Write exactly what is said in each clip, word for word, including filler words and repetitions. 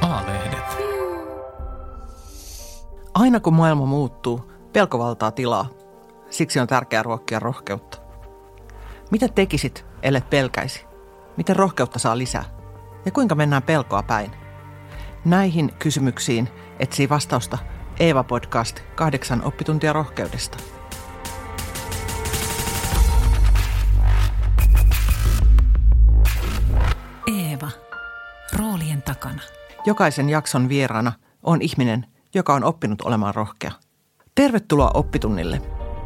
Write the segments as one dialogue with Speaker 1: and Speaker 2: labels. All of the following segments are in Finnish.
Speaker 1: A-lehdet.
Speaker 2: Aina kun maailma muuttuu, pelko valtaa tilaa. Siksi on tärkeää ruokkia rohkeutta. Mitä tekisit, ellet pelkäisi? Miten rohkeutta saa lisää? Ja kuinka mennään pelkoa päin? Näihin kysymyksiin etsii vastausta Eeva-podcast kahdeksan oppituntia rohkeudesta.
Speaker 3: Eeva. Roolien takana.
Speaker 2: Jokaisen jakson vieraana on ihminen, joka on oppinut olemaan rohkea. Tervetuloa oppitunnille.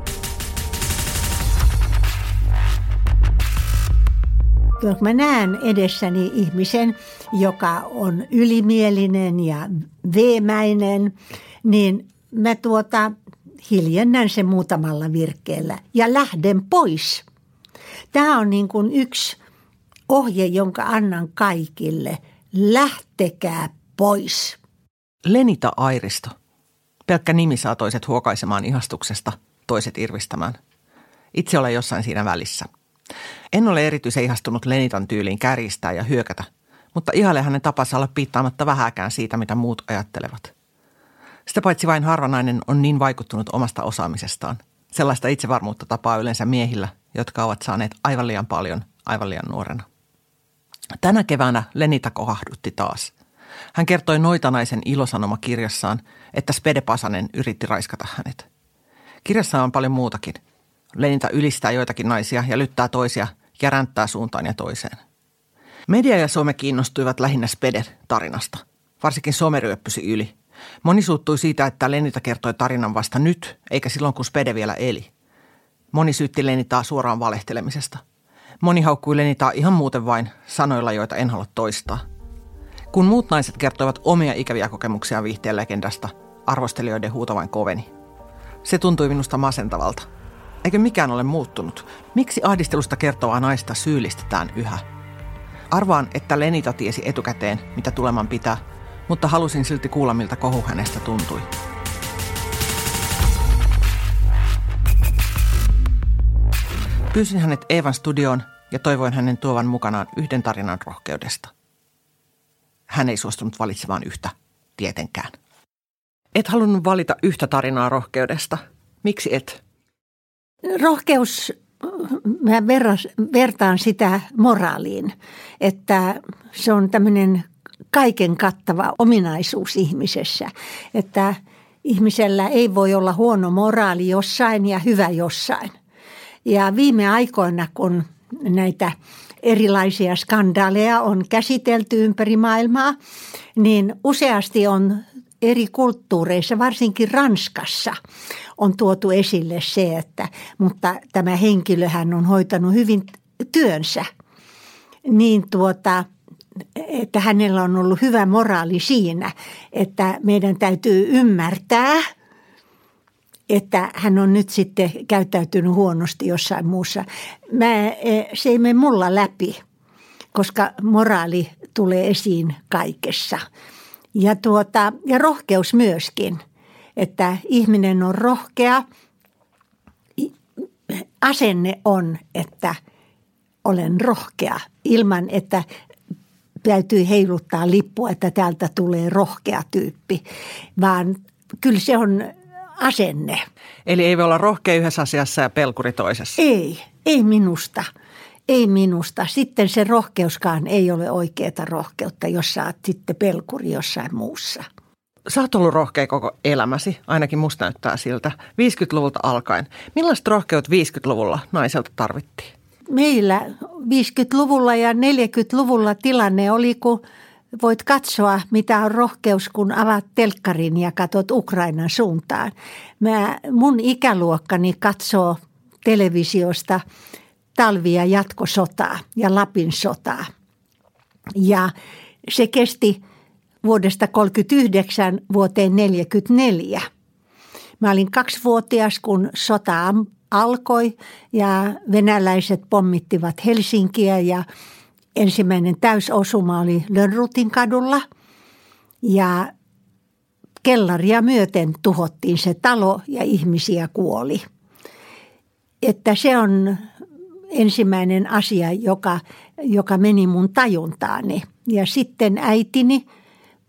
Speaker 4: Kun mä näen edessäni ihmisen, joka on ylimielinen ja veemäinen, niin mä tuota hiljennän sen muutamalla virkkeellä ja lähden pois. Tämä on niin kuin yksi ohje, jonka annan kaikille. Lähtekää pois.
Speaker 2: Lenita Airisto. Pelkkä nimi saa toiset huokaisemaan ihastuksesta, toiset irvistämään. Itse olen jossain siinä välissä. En ole erityisen ihastunut Lenitan tyyliin kärjistää ja hyökätä, mutta ihaile hänen tapansa olla piittaamatta vähääkään siitä, mitä muut ajattelevat. Sitä paitsi vain harva nainen on niin vaikuttunut omasta osaamisestaan. Sellaista itsevarmuutta tapaa yleensä miehillä, jotka ovat saaneet aivan liian paljon aivan liian nuorena. Tänä keväänä Lenita kohahdutti taas. Hän kertoi Noitanaisen ilosanoma-kirjassaan, että Spede Pasanen yritti raiskata hänet. Kirjassa on paljon muutakin. Lenita ylistää joitakin naisia ja lyttää toisia ja ränttää suuntaan ja toiseen. Media ja some kiinnostuivat lähinnä Spede-tarinasta. Varsinkin some ryöppysi yli. Moni suuttui siitä, että Lenita kertoi tarinan vasta nyt, eikä silloin kun Spede vielä eli. Moni syytti Lenitaa suoraan valehtelemisesta. Moni haukkui Lenitaa ihan muuten vain sanoilla, joita en halua toistaa. Kun muut naiset kertoivat omia ikäviä kokemuksia viihteen legendasta, arvostelijoiden huuto vain koveni. Se tuntui minusta masentavalta. Eikö mikään ole muuttunut? Miksi ahdistelusta kertovaa naista syyllistetään yhä? Arvaan, että Lenita tiesi etukäteen, mitä tuleman pitää, mutta halusin silti kuulla, miltä kohu hänestä tuntui. Pyysin hänet Eevan studioon ja toivoin hänen tuovan mukanaan yhden tarinan rohkeudesta. Hän ei suostunut valitsemaan yhtä, tietenkään. Et halunnut valita yhtä tarinaa rohkeudesta. Miksi et?
Speaker 4: Rohkeus, mä verras, vertaan sitä moraaliin, että se on tämmöinen kaiken kattava ominaisuus ihmisessä, että ihmisellä ei voi olla huono moraali jossain ja hyvä jossain. Ja viime aikoina, kun näitä erilaisia skandaaleja on käsitelty ympäri maailmaa, niin useasti on eri kulttuureissa, varsinkin Ranskassa, on tuotu esille se, että mutta tämä henkilöhän on hoitanut hyvin työnsä, niin tuota, että hänellä on ollut hyvä moraali siinä, että meidän täytyy ymmärtää, että hän on nyt sitten käyttäytynyt huonosti jossain muussa. Mä, se ei mene mulla läpi, koska moraali tulee esiin kaikessa. Ja, tuota, ja rohkeus myöskin, että ihminen on rohkea. Asenne on, että olen rohkea ilman, että täytyy heiluttaa lippua, että täältä tulee rohkea tyyppi, vaan kyllä se on asenne.
Speaker 2: Eli ei voi olla rohkea yhdessä asiassa ja pelkuri toisessa?
Speaker 4: Ei, ei minusta. Ei minusta. Sitten se rohkeuskaan ei ole oikeaa rohkeutta, jos sä oot sitten pelkuri jossain muussa.
Speaker 2: Sä oot ollut rohkea koko elämäsi, ainakin musta näyttää siltä, viisikymmentäluvulta alkaen. Millaista rohkeut viisikymmentäluvulla naiselta tarvittiin?
Speaker 4: Meillä viisikymmentäluvulla ja neljäkymmentäluvulla tilanne oli, kun voit katsoa, mitä on rohkeus, kun avaat telkkarin ja katsot Ukrainan suuntaan. Mä, mun ikäluokkani katsoo televisiosta talvi- ja jatkosotaa ja Lapin sotaa. Ja se kesti vuodesta kolmekymmentäyhdeksän vuoteen neljäkymmentäneljä. Mä olin kaksivuotias, kun sota alkoi ja venäläiset pommittivat Helsinkiä ja ensimmäinen täysosuma oli Lönnrotin kadulla ja kellaria myöten tuhottiin se talo ja ihmisiä kuoli. Että se on ensimmäinen asia, joka, joka meni mun tajuntaani. Ja sitten äitini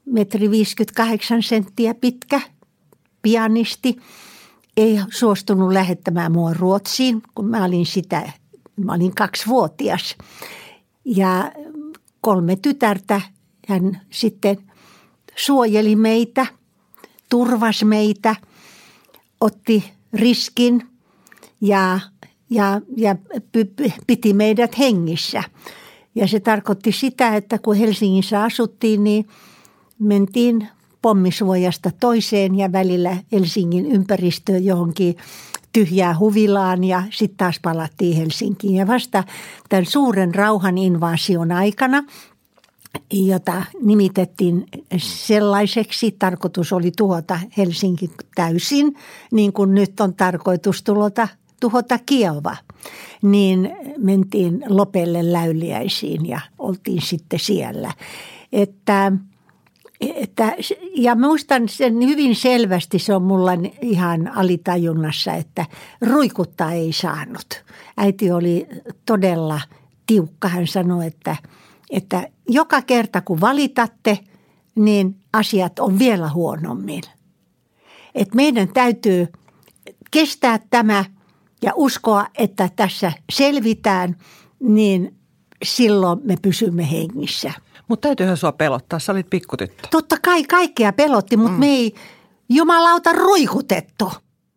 Speaker 4: metri viisikymmentäkahdeksan senttiä pitkä pianisti. Ei suostunut lähettämään mua Ruotsiin, kun mä olin sitä, mä olin kaksivuotias. Ja kolme tytärtä hän sitten suojeli meitä, turvasi meitä, otti riskin ja, ja, ja piti meidät hengissä. Ja se tarkoitti sitä, että kun Helsingissä asuttiin, niin mentiin pommisuojasta toiseen ja välillä Helsingin ympäristöön johonkin tyhjää huvilaan ja sitten taas palattiin Helsinkiin. Ja vasta tämän suuren rauhan invaasion aikana, jota nimitettiin sellaiseksi, tarkoitus oli tuhota Helsinki täysin, niin kuin nyt on tarkoitus tuhota, tuhota Kiova, niin mentiin Lopelle Läyliäisiin ja oltiin sitten siellä. Että, että, ja muistan sen hyvin selvästi, se on mulla ihan alitajunnassa, että ruikuttaa ei saanut. Äiti oli todella tiukka, hän sanoi, että että joka kerta kun valitatte, niin asiat on vielä huonommin. Et meidän täytyy kestää tämä ja uskoa, että tässä selvitään, niin silloin me pysymme hengissä.
Speaker 2: Mutta täytyyhän sua pelottaa, sä olit pikkutyttö.
Speaker 4: Totta kai kaikkea pelotti, mutta mm. me ei jumalauta ruikutettu.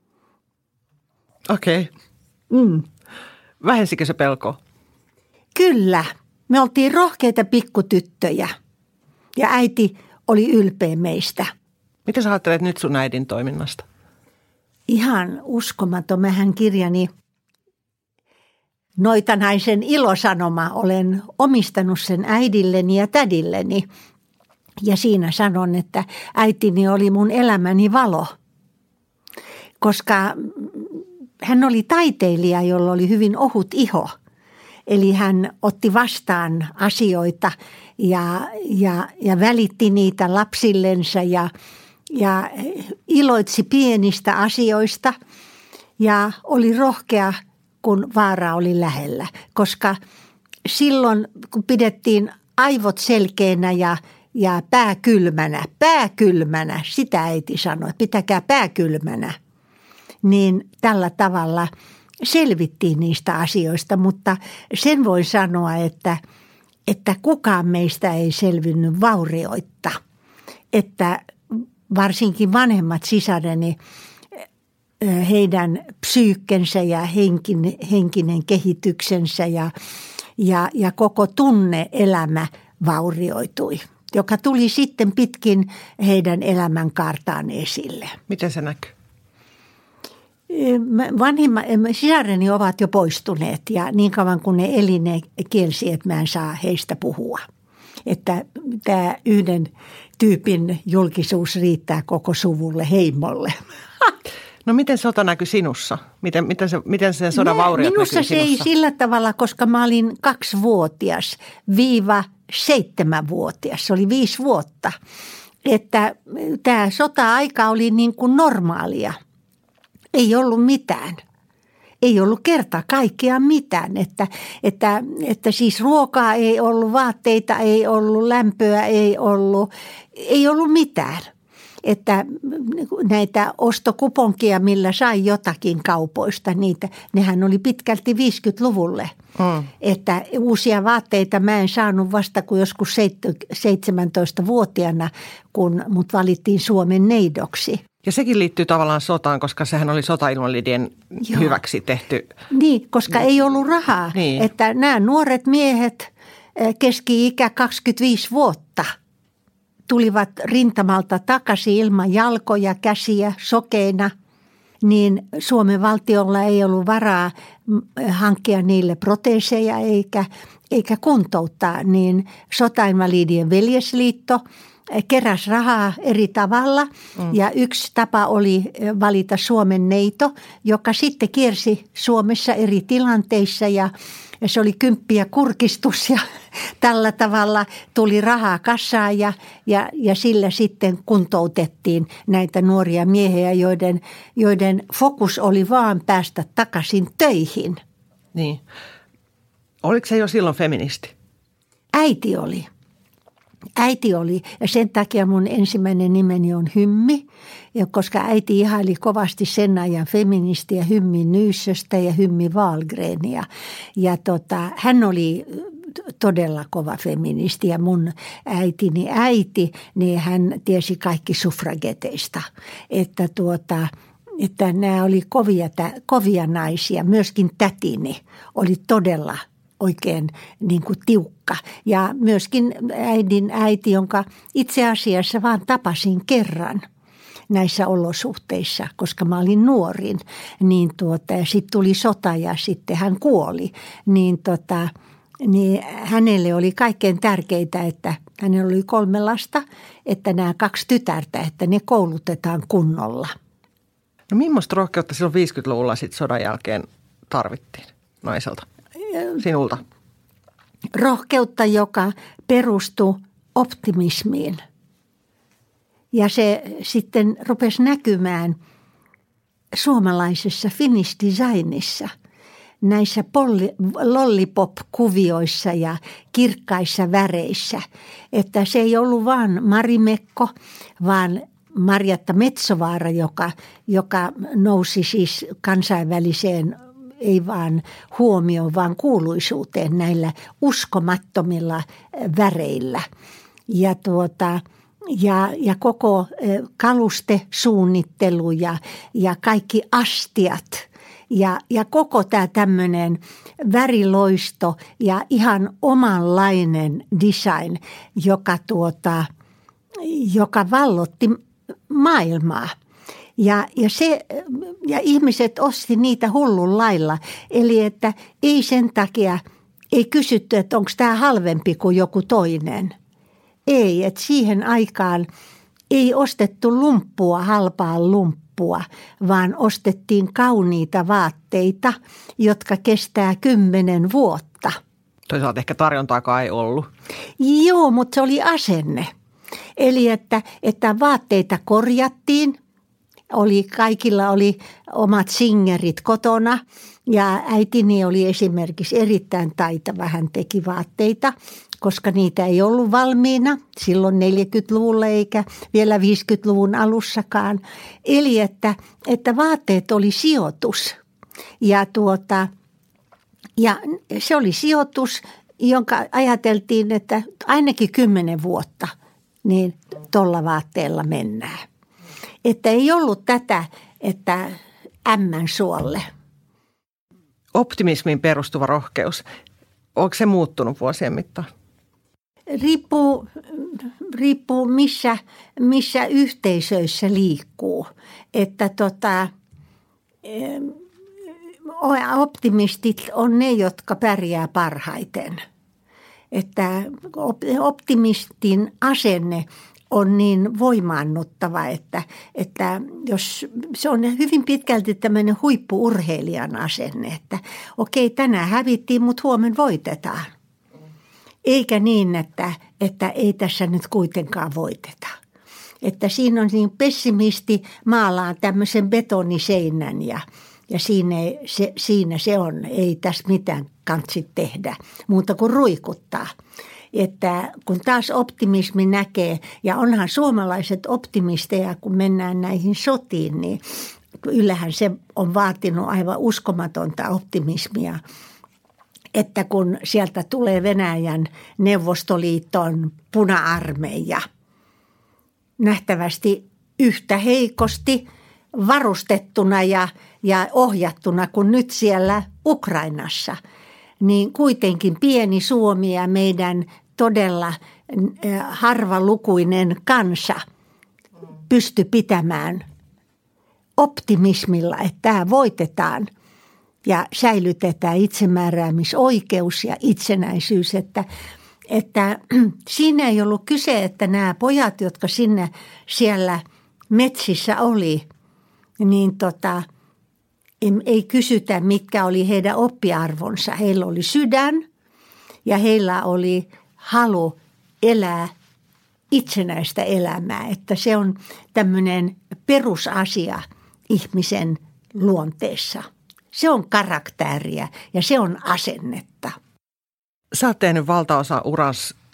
Speaker 2: Okei. Okay.
Speaker 4: Mm.
Speaker 2: Vähensikö se pelko?
Speaker 4: Kyllä. Me oltiin rohkeita pikkutyttöjä ja äiti oli ylpeä meistä.
Speaker 2: Mitä sä ajattelet nyt sun äidin toiminnasta?
Speaker 4: Ihan uskomaton. Mähän kirjani Noitanaisen ilosanoma olen omistanut sen äidilleni ja tädilleni. Ja siinä sanon, että äitini oli mun elämäni valo, koska hän oli taiteilija, jolla oli hyvin ohut iho. Eli hän otti vastaan asioita ja, ja, ja välitti niitä lapsillensa ja, ja iloitsi pienistä asioista ja oli rohkea, kun vaara oli lähellä. Koska silloin, kun pidettiin aivot selkeänä ja, ja pää kylmänä, pää kylmänä, sitä äiti sanoi, että pitäkää pää kylmänä, niin tällä tavalla selvittiin niistä asioista, mutta sen voi sanoa, että, että kukaan meistä ei selvinnyt vaurioitta. Että varsinkin vanhemmat sisareni, heidän psyykkensä ja henkinen, henkinen kehityksensä ja, ja, ja koko tunne-elämä vaurioitui, joka tuli sitten pitkin heidän elämänkaartaan esille.
Speaker 2: Miten se näkyy?
Speaker 4: Vanhimmat sisareni ovat jo poistuneet ja niin kauan kun ne eli, ne kielsi, että mä en saa heistä puhua. Että tämä yhden tyypin julkisuus riittää koko suvulle, heimolle.
Speaker 2: No miten sota näkyi sinussa? Miten, miten, se, miten sen sodan vauriot näkyi sinussa?
Speaker 4: Minussa se ei sillä tavalla, koska mä olin kaksivuotias viiva seitsemänvuotias. Se oli viisi vuotta. Että tämä sota-aika oli niin kuin normaalia. Ei ollut mitään. Ei ollut kerta kaikkiaan mitään, että, että, että siis ruokaa ei ollut, vaatteita ei ollut, lämpöä ei ollut, ei ollut mitään. Että näitä ostokuponkia, millä sai jotakin kaupoista, niitä, nehän oli pitkälti viisikymmentäluvulle. Mm. Että uusia vaatteita mä en saanut vasta kuin joskus seitsemäntoistavuotiaana, kun mut valittiin Suomen neidoksi.
Speaker 2: Ja sekin liittyy tavallaan sotaan, koska sehän oli sotainvalidien hyväksi tehty.
Speaker 4: Niin, koska ei ollut rahaa. Niin. Että nämä nuoret miehet, keski-ikä kaksikymmentäviisi vuotta, tulivat rintamalta takaisin ilman jalkoja, käsiä, sokeina, niin Suomen valtiolla ei ollut varaa hankkia niille proteeseja eikä, eikä kuntouttaa. Niin Sotainvalidien veljesliitto keräsi rahaa eri tavalla mm. ja yksi tapa oli valita Suomen neito, joka sitten kiersi Suomessa eri tilanteissa ja Ja se oli kymppiä kurkistus ja tällä tavalla tuli rahaa kassaan ja, ja, ja sillä sitten kuntoutettiin näitä nuoria miehiä, joiden, joiden fokus oli vaan päästä takaisin töihin.
Speaker 2: Niin. Oliko se jo silloin feministi?
Speaker 4: Äiti oli. Äiti oli, ja sen takia mun ensimmäinen nimeni on Hymmi, ja koska äiti ihaili kovasti sen ajan feministiä Hymmi Nyyssöstä ja Hymmi Wahlgrenia. Ja tota, hän oli todella kova feministi ja mun äitini äiti, niin hän tiesi kaikki suffrageteista, että tuota... Että nämä oli kovia, kovia naisia. Myöskin tätini oli todella oikein niin kuin tiukka. Ja myöskin äidin äiti, jonka itse asiassa vaan tapasin kerran näissä olosuhteissa, koska mä olin nuorin. Niin tuota, ja sitten tuli sota ja sitten hän kuoli. Niin, tota, niin hänelle oli kaikkein tärkeintä, että hänellä oli kolme lasta, että nämä kaksi tytärtä, että ne koulutetaan kunnolla.
Speaker 2: No millaista rohkeutta silloin viisikymmentäluvulla sitten sodan jälkeen tarvittiin naiselta, sinulta?
Speaker 4: Rohkeutta, joka perustui optimismiin. Ja se sitten rupesi näkymään suomalaisessa Finnish designissa, näissä polli, lollipop-kuvioissa ja kirkkaissa väreissä. Että se ei ollut vaan Marimekko, vaan Marjatta Metsovaara, joka, joka nousi siis kansainväliseen, ei vaan huomioon, vaan kuuluisuuteen näillä uskomattomilla väreillä. Ja, tuota, ja, ja koko kalustesuunnittelu ja, ja kaikki astiat ja, ja koko tämä tämmöinen väriloisto ja ihan omanlainen design, joka, tuota, joka vallotti maailmaa. Ja, ja, se, ja ihmiset osti niitä hullun lailla. Eli että ei sen takia, ei kysytty, että onko tämä halvempi kuin joku toinen. Ei, että siihen aikaan ei ostettu lumppua, halpaa lumppua, vaan ostettiin kauniita vaatteita, jotka kestää kymmenen vuotta.
Speaker 2: Toisaalta ehkä tarjontaakaan ei ollut.
Speaker 4: Joo, mutta se oli asenne. Eli että, että vaatteita korjattiin, oli, kaikilla oli omat singerit kotona ja äitini oli esimerkiksi erittäin taitava, hän teki vaatteita, koska niitä ei ollut valmiina silloin neljäkymmentäluvulla eikä vielä viisikymmentäluvun alussakaan. Eli että, että vaatteet oli sijoitus ja, tuota, ja se oli sijoitus, jonka ajateltiin, että ainakin kymmenen vuotta niin tuolla vaatteella mennään. Että ei ollut tätä, että ämmän suolle.
Speaker 2: Optimismiin perustuva rohkeus, onko se muuttunut vuosien mittaan?
Speaker 4: Riippuu, riippuu missä, missä yhteisöissä liikkuu. Että tota, optimistit on ne, jotka pärjää parhaiten. Että optimistin asenne on niin voimaannuttava, että, että jos se on hyvin pitkälti tämmöinen huippu-urheilijan asenne, että okei, tänään hävittiin, mutta huomenna voitetaan. Eikä niin, että, että ei tässä nyt kuitenkaan voiteta. Että siinä on niin pessimisti maalaa tämmöisen betoniseinän ja, ja siinä, se, siinä se on, ei tässä mitään kantsi tehdä muuta kuin ruikuttaa. Että kun taas optimismi näkee, ja onhan suomalaiset optimisteja, kun mennään näihin sotiin, niin kyllähän se on vaatinut aivan uskomatonta optimismia. Että kun sieltä tulee Venäjän Neuvostoliiton puna-armeija, nähtävästi yhtä heikosti varustettuna ja, ja ohjattuna kuin nyt siellä Ukrainassa, niin kuitenkin pieni Suomi ja meidän todella harvalukuinen kansa pysty pitämään optimismilla, että tämä voitetaan ja säilytetään itsemääräämisoikeus ja itsenäisyys. Että, että siinä ei ollut kyse, että nämä pojat, jotka sinne siellä metsissä oli, niin tota, ei kysytä, mitkä oli heidän oppiarvonsa. Heillä oli sydän ja heillä oli halu elää itsenäistä elämää. Että se on tämmöinen perusasia ihmisen luonteessa. Se on karakteria ja se on asennetta.
Speaker 2: Sä oot tehnyt valtaosa uras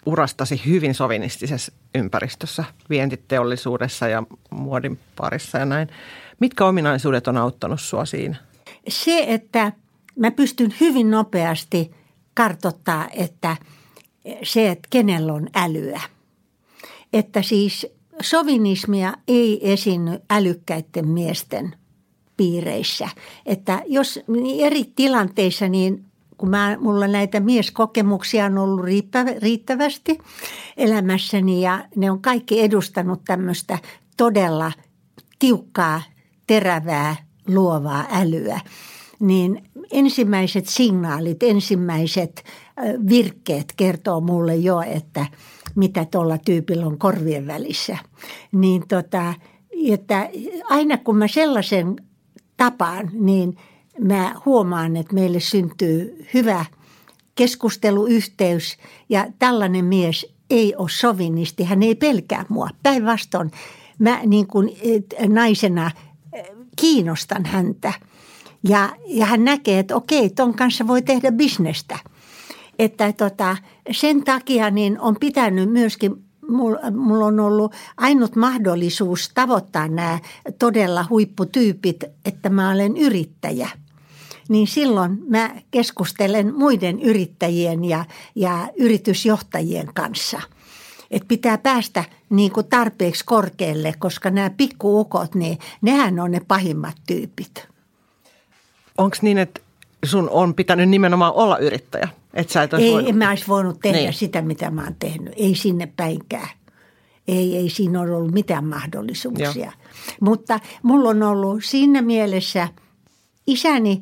Speaker 2: urastasi hyvin sovinistisessa ympäristössä, vientiteollisuudessa ja muodin parissa ja näin. Mitkä ominaisuudet on auttanut sua siinä?
Speaker 4: Se, että mä pystyn hyvin nopeasti kartoittaa, että se, että kenellä on älyä. Että siis sovinismia ei esiinny älykkäiden miesten piireissä. Että jos eri tilanteissa, niin kun mä, mulla näitä mieskokemuksia on ollut riittävästi elämässäni ja ne on kaikki edustanut tämmöistä todella tiukkaa, terävää, luovaa älyä, niin ensimmäiset signaalit, ensimmäiset virkkeet kertoo mulle jo, että mitä tuolla tyypillä on korvien välissä. Niin tota, että aina kun mä sellaisen tapaan, niin mä huomaan, että meille syntyy hyvä keskusteluyhteys ja tällainen mies ei ole sovinisti, hän ei pelkää mua. Päinvastoin mä niin kuin naisena kiinnostan häntä ja, ja hän näkee, että okei, ton kanssa voi tehdä bisnestä. Että tota, sen takia niin on pitänyt myöskin, mulla on ollut ainut mahdollisuus tavoittaa nämä todella huipputyypit, että mä olen yrittäjä. Niin silloin mä keskustelen muiden yrittäjien ja, ja yritysjohtajien kanssa. Että pitää päästä niin kuin tarpeeksi korkealle, koska nämä pikkuukot, niin nehän on ne pahimmat tyypit.
Speaker 2: Onko niin, että sun on pitänyt nimenomaan olla yrittäjä? Et sä et
Speaker 4: ei,
Speaker 2: voinut...
Speaker 4: en mä olisi voinut tehdä
Speaker 2: niin.
Speaker 4: sitä, mitä mä oon tehnyt. Ei sinne päinkään. Ei, ei siinä ole ollut mitään mahdollisuuksia. Joo. Mutta mulla on ollut siinä mielessä isäni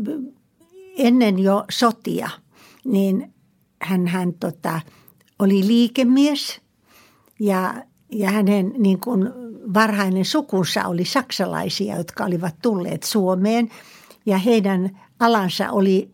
Speaker 4: ennen jo sotia, niin hän, hän tota, oli liikemies ja, ja hänen niin kuin varhainen sukunsa oli saksalaisia, jotka olivat tulleet Suomeen ja heidän alansa oli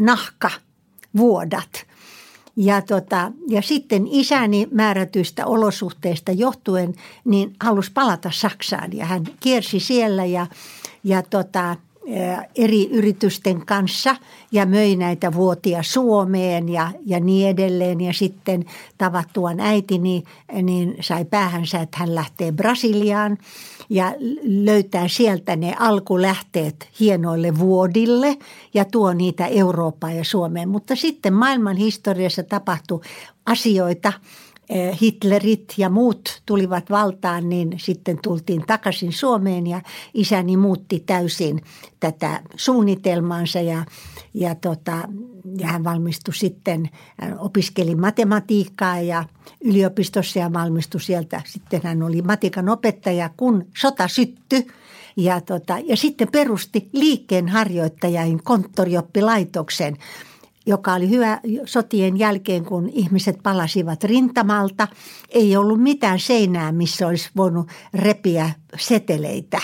Speaker 4: nahkavuodat. Ja, tota, ja sitten isäni määrätyistä olosuhteista johtuen niin halusi palata Saksaan ja hän kiersi siellä ja, ja tota, eri yritysten kanssa ja möi näitä vuotia Suomeen ja, ja niin edelleen. Ja sitten tavattuaan äitini niin sai päähänsä, että hän lähtee Brasiliaan ja löytää sieltä ne alkulähteet hienoille vuodille ja tuo niitä Eurooppaan ja Suomeen. Mutta sitten maailman historiassa tapahtui asioita. Hitlerit ja muut tulivat valtaan, niin sitten tultiin takaisin Suomeen ja isäni muutti täysin tätä suunnitelmaansa ja, ja, tota, ja hän valmistui sitten, hän opiskeli matematiikkaa ja yliopistossa ja valmistui sieltä. Sitten hän oli matikan opettaja, kun sota syttyi ja, tota, ja sitten perusti liikkeenharjoittajain konttorioppilaitoksen, joka oli hyvä sotien jälkeen, kun ihmiset palasivat rintamalta. Ei ollut mitään seinää, missä olisi voinut repiä seteleitä.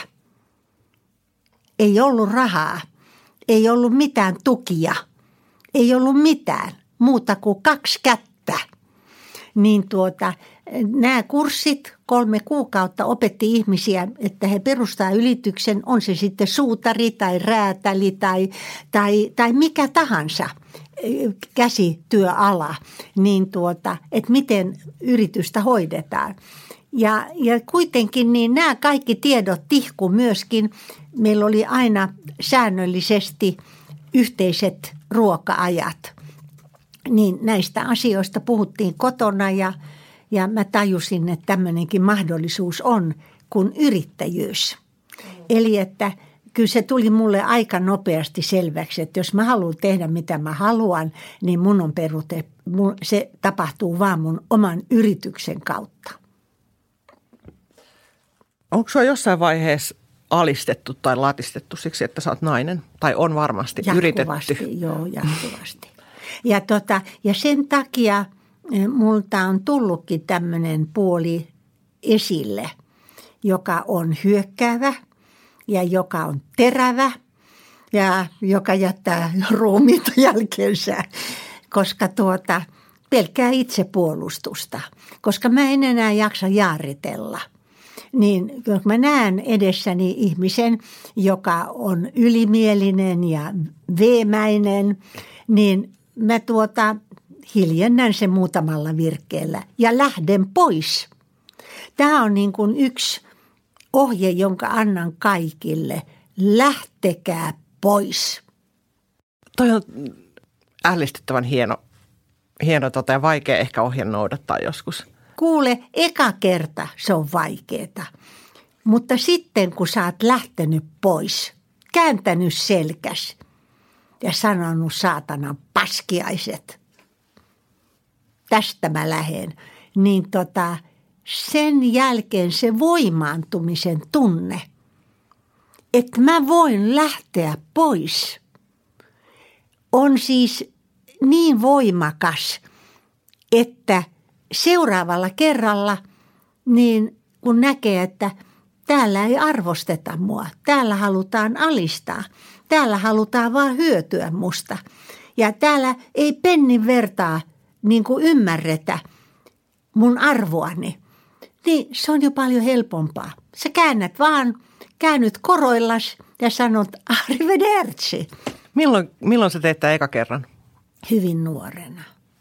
Speaker 4: Ei ollut rahaa. Ei ollut mitään tukia. Ei ollut mitään muuta kuin kaksi kättä. Niin tuota, nämä kurssit kolme kuukautta opetti ihmisiä, että he perustaa yrityksen, on se sitten suutari tai räätäli tai, tai, tai mikä tahansa käsityöala, niin tuota, että miten yritystä hoidetaan. Ja, ja kuitenkin niin nämä kaikki tiedot tihku myöskin. Meillä oli aina säännöllisesti yhteiset ruoka-ajat. Niin näistä asioista puhuttiin kotona ja, ja mä tajusin, että tämmöinenkin mahdollisuus on kuin yrittäjyys. Eli että kyllä se tuli mulle aika nopeasti selväksi, että jos mä haluan tehdä mitä mä haluan, niin mun on perute, se tapahtuu vaan mun oman yrityksen kautta.
Speaker 2: Onko sua jossain vaiheessa alistettu tai latistettu siksi, että sä oot nainen? Tai on varmasti
Speaker 4: jatkuvasti,
Speaker 2: yritetty?
Speaker 4: Joo, jatkuvasti. Ja, tota, ja sen takia multa on tullutkin tämmöinen puoli esille, joka on hyökkäävä ja joka on terävä ja joka jättää ruumiita jälkeensä, koska tuota, pelkää itsepuolustusta, koska mä en enää jaksa jaaritella. Niin kun mä näen edessäni ihmisen, joka on ylimielinen ja veemäinen, niin mä tuota hiljennän se muutamalla virkkeellä ja lähden pois. Tämä on niin kuin yksi ohje, jonka annan kaikille. Lähtekää pois.
Speaker 2: Toi on ällistyttävän hieno, hieno tota ja vaikea ehkä ohje noudattaa joskus.
Speaker 4: Kuule, eka kerta se on vaikeeta, mutta sitten kun sä oot lähtenyt pois, kääntänyt selkäs ja sanonut saatanan paskiaiset, tästä mä lähden, niin tota, sen jälkeen se voimaantumisen tunne, että mä voin lähteä pois, on siis niin voimakas, että seuraavalla kerralla niin kun näkee, että täällä ei arvosteta mua, täällä halutaan alistaa, täällä halutaan vaan hyötyä musta ja täällä ei pennin vertaa niin kuin ymmärretä mun arvoani, niin se on jo paljon helpompaa. Sä käännät vaan, käännyt koroillas ja sanot arrivederci.
Speaker 2: Milloin, milloin sä teet tämän eka kerran?
Speaker 4: Hyvin nuorena.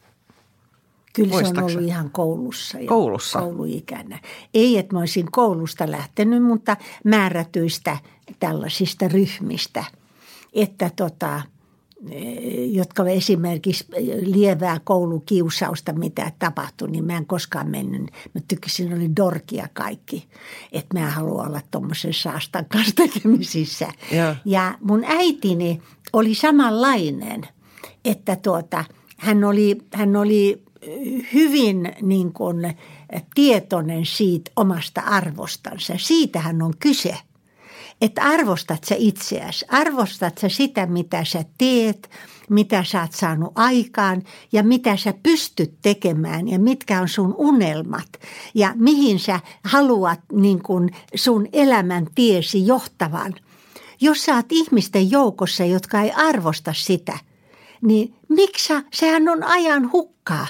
Speaker 4: Kyllä
Speaker 2: Muistatko?
Speaker 4: Se on ollut ihan koulussa. Ja
Speaker 2: koulussa?
Speaker 4: Kouluikänä. Ei, että mä olisin koulusta lähtenyt, mutta määrätyistä tällaisista ryhmistä, että tota, jotka esimerkiksi lievää koulukiusausta, mitä tapahtui, niin mä en koskaan mennyt. Mä tykkäsin, oli dorkia kaikki, että mä en halua olla tuommoisen saastan kanssa tekemisissä.
Speaker 2: Ja.
Speaker 4: ja mun äitini oli samanlainen, että tuota, hän oli, hän oli hyvin niin kuin tietoinen siitä omasta arvostansa. Siitähän on kyse. Että arvostat sä itseäsi, arvostat sä sitä, mitä sä teet, mitä sä oot saanut aikaan ja mitä sä pystyt tekemään ja mitkä on sun unelmat ja mihin sä haluat niin kun sun elämän tiesi johtavan. Jos sä oot ihmisten joukossa, jotka ei arvosta sitä, niin miksi sä, sehän on ajan hukkaa.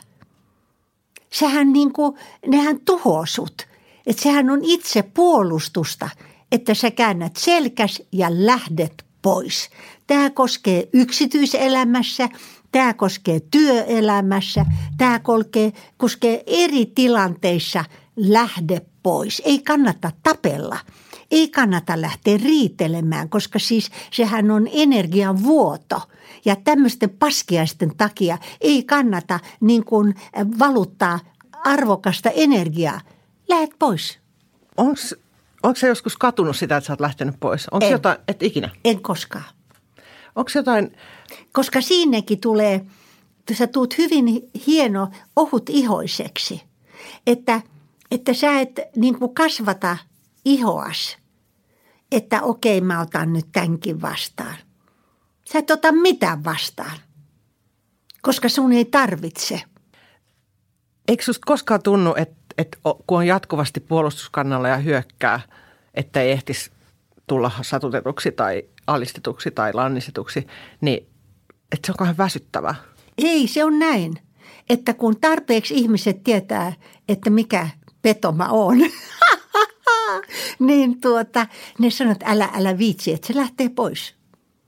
Speaker 4: Sehän niin kuin, nehän tuhoaa sut, että sehän on itse puolustusta, että sä käännät selkäs ja lähdet pois. Tämä koskee yksityiselämässä, tämä koskee työelämässä, tämä koskee, koskee eri tilanteissa lähde pois. Ei kannata tapella, ei kannata lähteä riitelemään, koska siis sehän on energian vuoto. Ja tämmöisten paskiaisten takia ei kannata niin kuin valuttaa arvokasta energiaa. Lähet pois.
Speaker 2: Onko Onko sä joskus katunut sitä, että sä oot lähtenyt pois? Onko jotain, et ikinä?
Speaker 4: En koskaan.
Speaker 2: Onko jotain?
Speaker 4: Koska siinäkin tulee, sä tuut hyvin hieno, ohut ihoiseksi, että, että sä et niin kuin kasvata ihoas, että okei, mä otan nyt tämänkin vastaan. Sä et ota mitään vastaan, koska sun ei tarvitse.
Speaker 2: Eikö susta koskaan tunnu, että, että kun on jatkuvasti puolustuskannalla ja hyökkää, että ei ehtisi tulla satutetuksi tai alistetuksi tai lannistetuksi, niin että se on kauhean väsyttävää?
Speaker 4: Ei, se on näin, että kun tarpeeksi ihmiset tietää, että mikä peto mä oon, niin tuota, ne sanoo, että älä, älä viitsi, että se lähtee pois.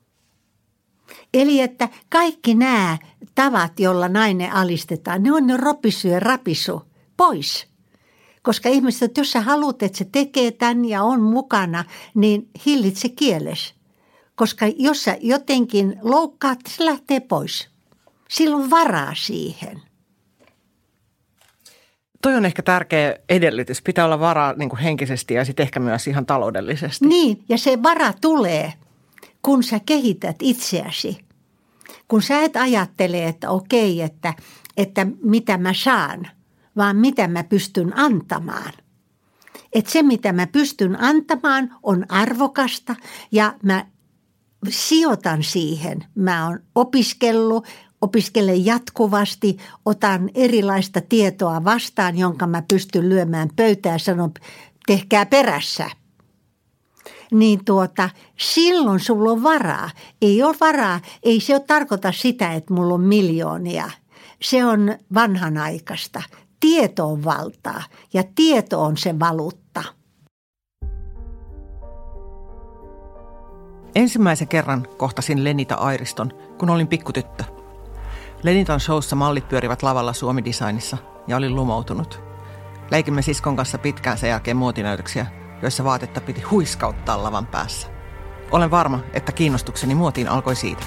Speaker 4: Eli että kaikki nämä tavat, joilla nainen alistetaan, ne on ne ropisu ja rapisu pois. Koska ihmiset, että jos sä haluat, että se tekee tämän ja on mukana, niin hillitse kieles. Koska jos sä jotenkin loukkaat, se lähtee pois. Silloin varaa siihen.
Speaker 2: Toi on ehkä tärkeä edellytys. Pitää olla varaa niin kuin henkisesti ja sitten ehkä myös ihan taloudellisesti.
Speaker 4: Niin, ja se vara tulee, kun sä kehität itseäsi. Kun sä et ajattele, että okei, että, että mitä mä saan, vaan mitä mä pystyn antamaan. Että se, mitä mä pystyn antamaan, on arvokasta ja mä sijoitan siihen. Mä oon opiskellut, opiskelen jatkuvasti, otan erilaista tietoa vastaan, jonka mä pystyn lyömään pöytään ja sanon, tehkää perässä. Niin tuota, silloin sulla on varaa. Ei ole varaa, ei se ole tarkoita sitä, että mulla on miljoonia. Se on vanhanaikaista. Tieto on valtaa ja tieto on se valuutta.
Speaker 2: Ensimmäisen kerran kohtasin Lenita Airiston, kun olin pikkutyttö. Lenitan showssa mallit pyörivät lavalla Suomi-designissa ja olin lumoutunut. Leikimme siskon kanssa pitkään sen jälkeen muotinäytöksiä, joissa vaatetta piti huiskauttaa lavan päässä. Olen varma, että kiinnostukseni muotiin alkoi siitä.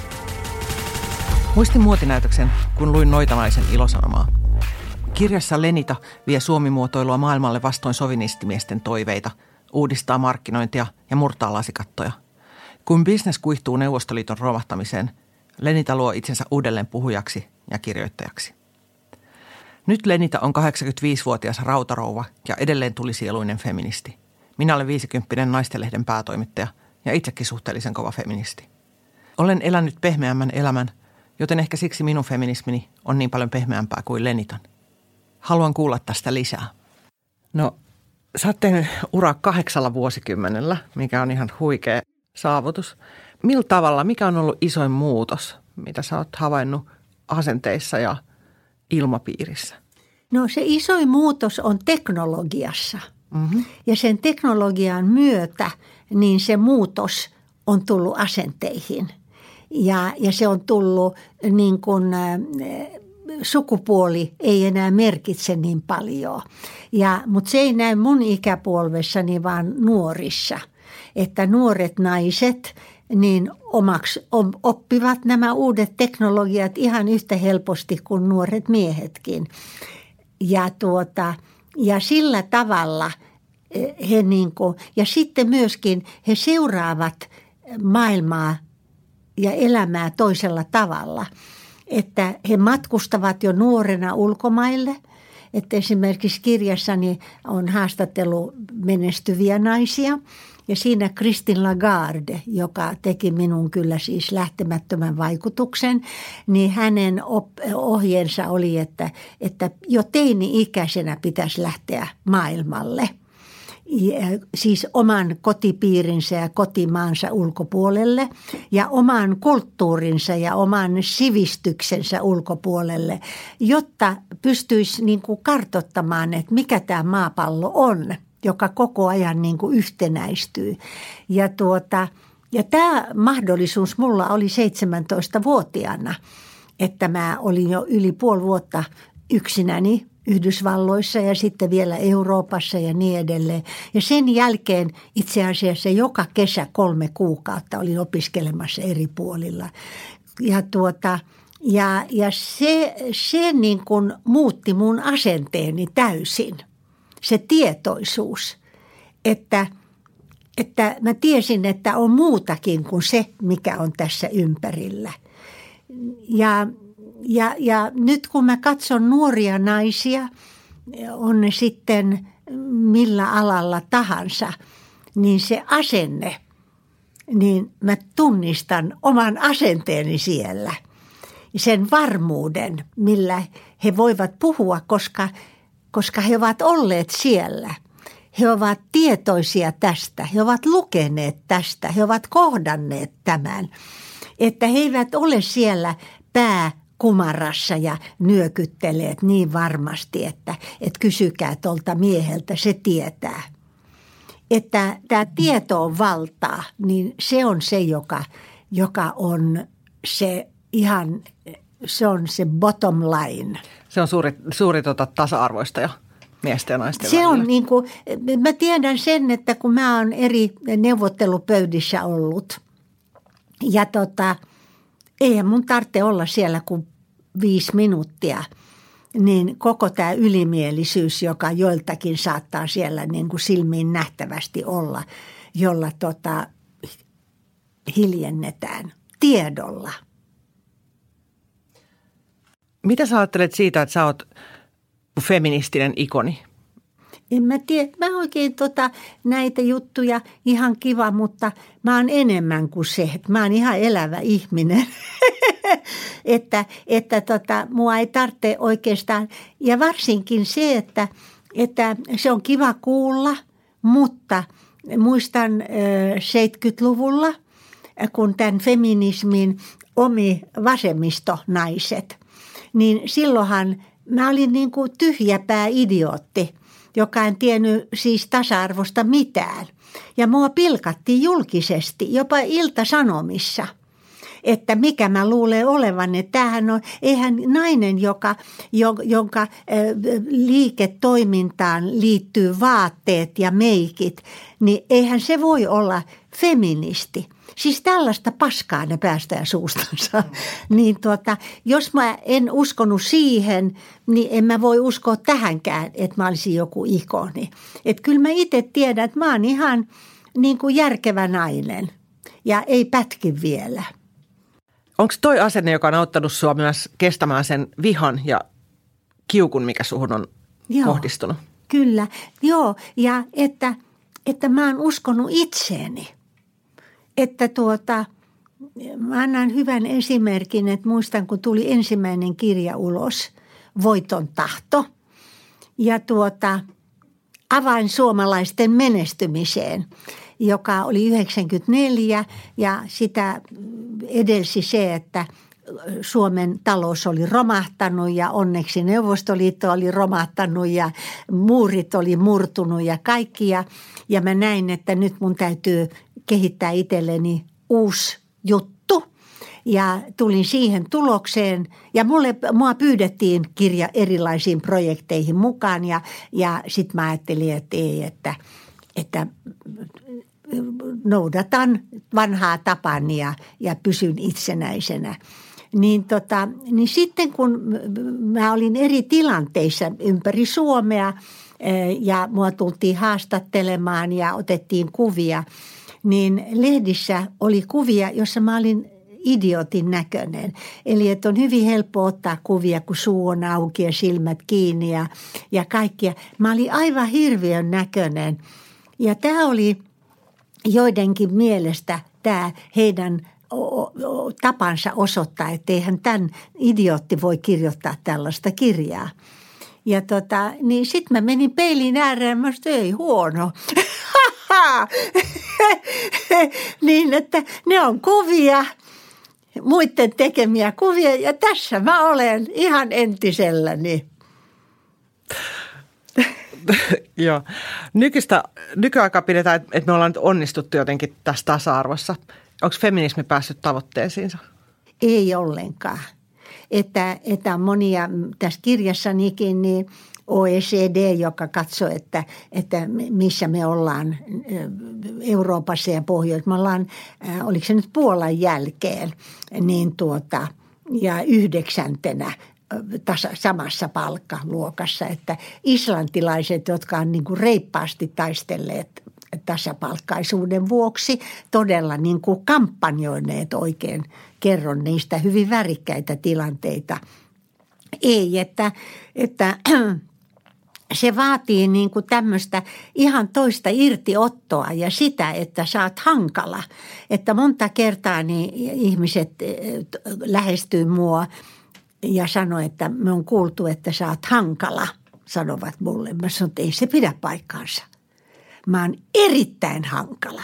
Speaker 2: Muistin muotinäytöksen, kun luin Noitanaisen ilosanomaa. Kirjassa Lenita vie suomimuotoilua maailmalle vastoin sovinistimiesten toiveita, uudistaa markkinointia ja murtaa lasikattoja. Kun business kuihtuu Neuvostoliiton romahtamiseen, Lenita luo itsensä uudelleen puhujaksi ja kirjoittajaksi. Nyt Lenita on kahdeksankymmentäviisivuotias rautarouva ja edelleen tulisieluinen feministi. Minä olen viisikymppinen Naistenlehden päätoimittaja ja itsekin suhteellisen kova feministi. Olen elänyt pehmeämmän elämän, joten ehkä siksi minun feminismini on niin paljon pehmeämpää kuin Lenitan. Haluan kuulla tästä lisää. No, sä oot tehnyt uraa kahdeksalla vuosikymmenellä, mikä on ihan huikea saavutus. Millä tavalla, mikä on ollut isoin muutos, mitä sä oot havainnut asenteissa ja ilmapiirissä?
Speaker 4: No se isoin muutos on teknologiassa. Mm-hmm. Ja sen teknologian myötä niin se muutos on tullut asenteihin. Ja, ja se on tullut niin kuin äh, sukupuoli ei enää merkitse niin paljon. Ja, mutta se ei näy mun ikäpolvessani vaan nuorissa. Että nuoret naiset niin omaksi oppivat nämä uudet teknologiat ihan yhtä helposti kuin nuoret miehetkin. Ja, tuota, ja sillä tavalla he niin kuin, ja sitten myöskin he seuraavat maailmaa ja elämää toisella tavalla. Että he matkustavat jo nuorena ulkomaille. Että esimerkiksi kirjassani on haastattelu menestyviä naisia. Ja siinä Christine Lagarde, joka teki minun kyllä siis lähtemättömän vaikutuksen, niin hänen ohjeensa oli, että, että jo teini-ikäisenä pitäisi lähteä maailmalle. Ja siis oman kotipiirinsä ja kotimaansa ulkopuolelle ja oman kulttuurinsa ja oman sivistyksensä ulkopuolelle, jotta pystyisi niin kuin kartoittamaan, että mikä tämä maapallo on, joka koko ajan niin kuin yhtenäistyy. Ja, tuota, ja tämä mahdollisuus mulla oli seitsemäntoistavuotiaana, että mä olin jo yli puoli vuotta yksinäni Yhdysvalloissa ja sitten vielä Euroopassa ja niin edelleen. Ja sen jälkeen itse asiassa joka kesä kolme kuukautta olin opiskelemassa eri puolilla. Ja, tuota, ja, ja se, se niin kuin muutti mun asenteeni täysin. Se tietoisuus, että, että mä tiesin, että on muutakin kuin se, mikä on tässä ympärillä. Ja, ja, ja nyt kun mä katson nuoria naisia, on ne sitten millä alalla tahansa, niin se asenne, niin mä tunnistan oman asenteeni siellä. Sen varmuuden, millä he voivat puhua, koska koska he ovat olleet siellä. He ovat tietoisia tästä, he ovat lukeneet tästä, he ovat kohdanneet tämän. Että he eivät ole siellä pää kumarassa ja nyökytteleet niin varmasti, että, että kysykää tuolta mieheltä, se tietää. Että tämä tieto on valtaa, niin se on se, joka, joka on se ihan, se on se bottom line.
Speaker 2: Se on suuri, suuri tota, tasa-arvoista ja miesten ja naisten
Speaker 4: Se
Speaker 2: välillä.
Speaker 4: on niin kuin, mä tiedän sen, että kun mä oon eri neuvottelupöydissä ollut ja tota, eihän mun tarvitse olla siellä kuin viisi minuuttia, niin koko tämä ylimielisyys, joka joiltakin saattaa siellä niin kuin silmiin nähtävästi olla, jolla tota, hiljennetään tiedolla.
Speaker 2: Mitä sä ajattelet siitä, että sä oot feministinen ikoni?
Speaker 4: En mä tiedä. Mä oikein tota, näitä juttuja ihan kiva, mutta mä oon enemmän kuin se. Mä oon ihan elävä ihminen. että että tota, mua ei tarvitse oikeastaan. Ja varsinkin se, että, että se on kiva kuulla, mutta muistan seitsemänkymmentäluvulla, kun tämän feminismin omi vasemmistonaiset, niin silloinhan mä olin niin kuin tyhjäpää idiootti, joka en tiennyt siis tasa-arvosta mitään. Ja mua pilkattiin julkisesti, jopa Ilta-Sanomissa. että mikä mä luulen olevan, että tämähän on, eihän nainen, joka, jonka liiketoimintaan liittyy vaatteet ja meikit, niin eihän se voi olla feministi. Siis tällaista paskaa ne päästää suustansa. Niin tuota, jos mä en uskonut siihen, niin en mä voi uskoa tähänkään, että mä olisin joku ikoni. Että kyllä mä itse tiedän, että mä oon ihan niin kuin järkevä nainen ja ei pätki vielä.
Speaker 2: Onko toi asenne, joka on auttanut sua myös kestämään sen vihan ja kiukun, mikä suhun on Joo, kohdistunut?
Speaker 4: Kyllä, joo. Ja että, että mä oon uskonut itseeni. Että tuota, mä annan hyvän esimerkin, että muistan, kun tuli ensimmäinen kirja ulos, Voiton tahto. Ja tuota, avain suomalaisten menestymiseen, joka oli yhdeksänkymmentäneljä ja sitä edelsi se, että Suomen talous oli romahtanut ja onneksi Neuvostoliitto oli romahtanut ja muurit oli murtunut ja kaikki. Ja, ja mä näin, että nyt mun täytyy kehittää itselleni uusi juttu ja tulin siihen tulokseen ja mulle, mua pyydettiin kirja erilaisiin projekteihin mukaan ja, ja sitten mä ajattelin, että ei, että, että noudatan vanhaa tapani ja, ja pysyn itsenäisenä. Niin, tota, niin sitten kun mä olin eri tilanteissa ympäri Suomea ja mua tultiin haastattelemaan ja otettiin kuvia, niin lehdissä oli kuvia, jossa mä olin idiotin näköinen. Eli että on hyvin helppo ottaa kuvia, kun suu on auki ja silmät kiinni ja, ja kaikkia. Mä olin aivan hirviön näköinen. Ja tämä oli joidenkin mielestä tämä heidän tapansa osoittaa, että eihän tämän idiootti voi kirjoittaa tällaista kirjaa. Ja tota, niin sitten mä menin peilin ääreen, mä sanoin, ei huono. Niin, että ne on kuvia, muiden tekemiä kuvia ja tässä mä olen ihan entiselläni.
Speaker 2: Joo. Nykyistä, nykyaikaa pidetään, että me ollaan nyt onnistuttu jotenkin tässä tasa-arvossa. Onko feminismi päässyt tavoitteisiinsa?
Speaker 4: Ei ollenkaan. Että, että monia tässä kirjassanikin niin O E C D, joka katsoo, että, että missä me ollaan Euroopassa ja Pohjoisessa. Me ollaan, oliko se nyt Puolan jälkeen, niin tuota, ja yhdeksäntenä tasa, samassa palkkaluokassa. Että islantilaiset, jotka on niin kuin reippaasti taistelleet tasapalkkaisuuden vuoksi, todella niin kuin kampanjoineet oikein, kerron niistä hyvin värikkäitä tilanteita. Ei, että, että se vaatii niin kuin tämmöistä ihan toista irtiottoa ja sitä, että sä oot hankala. Että monta kertaa niin ihmiset lähestyy mua ja sanoo, että me on kuultu, että sä oot hankala, sanovat mulle. Mä sanon, että ei se pidä paikkaansa. Mä oon erittäin hankala.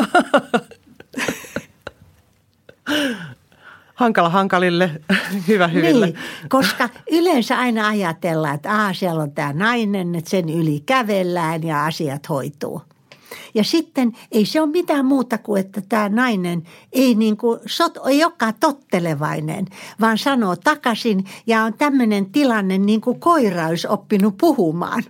Speaker 2: Hankala hankalille, hyvä hyville.
Speaker 4: Niin, koska yleensä aina ajatellaan, että aah, siellä on tämä nainen, että sen yli kävellään ja asiat hoituu. Ja sitten ei se ole mitään muuta kuin, että tämä nainen ei, niin kuin, ei olekaan tottelevainen, vaan sanoo takaisin ja on tämmöinen tilanne niin kuin koira olisi oppinut puhumaan.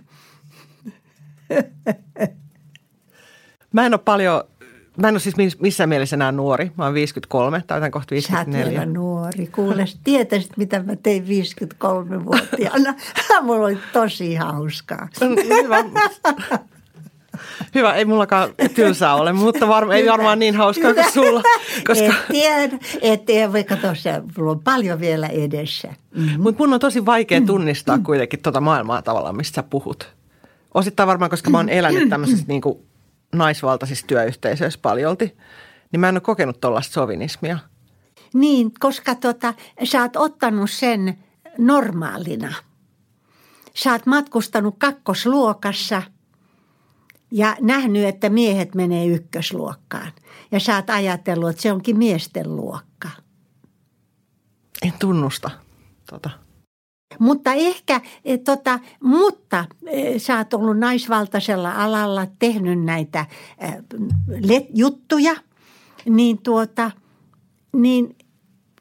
Speaker 2: Mä en ole paljon, mä en ole siis missään mielessä enää nuori. Mä oon viisikymmentäkolme, täytän kohta viisikymmentäneljä.
Speaker 4: Sä oot vielä nuori. Kuule, tietäisit mitä mä tein viisikymmentäkolme-vuotiaana. Mulla oli tosi hauskaa.
Speaker 2: Hyvä. Hyvä, ei mullakaan tylsää ole, mutta varma, ei varmaan niin hauskaa kuin sulla. Koska...
Speaker 4: Et tiedä, et tiedä, vaikka tuossa mulla on paljon vielä edessä. Mm-hmm.
Speaker 2: Mutta mun on tosi vaikea tunnistaa mm-hmm. kuitenkin tuota maailmaa tavallaan, mistä sä puhut. Osittain varmaan, koska mä oon elänyt tämmöisessä niin kuin naisvaltaisissa työyhteisöissä paljolti, niin mä en ole kokenut tuollaista sovinismia.
Speaker 4: Niin, koska tota, sä oot ottanut sen normaalina. Sä oot matkustanut kakkosluokassa ja nähnyt, että miehet menee ykkösluokkaan. Ja sä oot ajatellut, että se onkin miesten luokka.
Speaker 2: En tunnusta tota.
Speaker 4: Mutta ehkä, et, tota, mutta e, sä oot ollut naisvaltaisella alalla, tehnyt näitä e, let, juttuja, niin, tuota, niin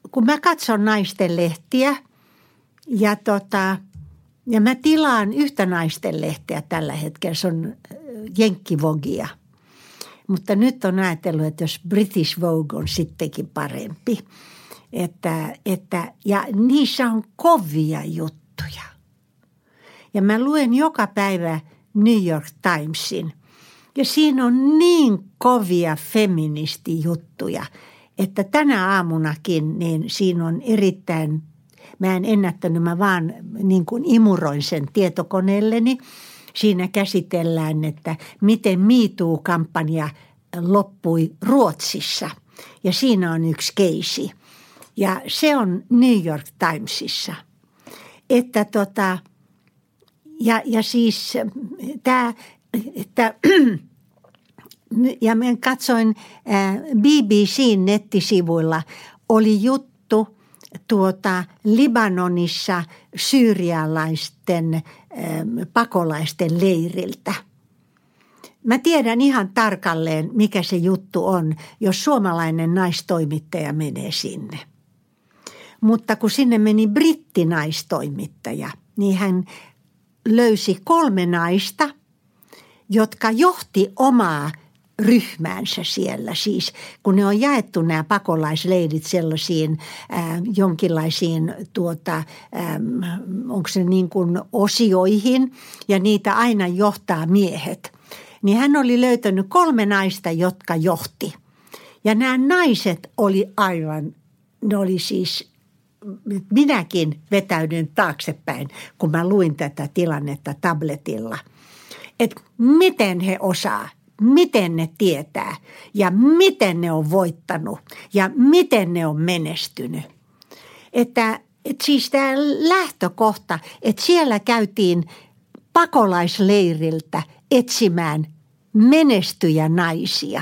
Speaker 4: kun mä katson naisten lehtiä ja, tota, ja mä tilaan yhtä naisten lehteä tällä hetkellä, se on Jenkki-Vogia. Mutta nyt on ajatellut, että jos British Vogue on sittenkin parempi. Että, että, ja niissä on kovia juttuja. Ja mä luen joka päivä New York Timesin. Ja siinä on niin kovia feministijuttuja, että tänä aamunakin niin siinä on erittäin, mä en ennättänyt, mä vaan niin kuin imuroin sen tietokoneelleni. Siinä käsitellään, että miten Me Too-kampanja loppui Ruotsissa ja siinä on yksi keisi. Ja se on New York Timesissa. Että tota, ja, ja siis tämä, että ja mä katsoin B B C:n nettisivuilla oli juttu tuota Libanonissa syyrialaisten äh, pakolaisten leiriltä. Mä tiedän ihan tarkalleen, mikä se juttu on, jos suomalainen naistoimittaja menee sinne. Mutta kun sinne meni brittinaistoimittaja, niin hän löysi kolme naista, jotka johti omaa ryhmäänsä siellä. Siis kun ne on jaettu nämä pakolaisleirit sellaisiin äh, jonkinlaisiin tuota, äh, onko se niin kuin osioihin ja niitä aina johtaa miehet. Niin hän oli löytänyt kolme naista, jotka johti. Ja nämä naiset oli aivan, ne oli siis, minäkin vetäydyin taaksepäin, kun mä luin tätä tilannetta tabletilla. Että miten he osaa, miten ne tietää ja miten ne on voittanut ja miten ne on menestynyt. Että, että siis tämä lähtökohta, että siellä käytiin pakolaisleiriltä etsimään menestyjä naisia,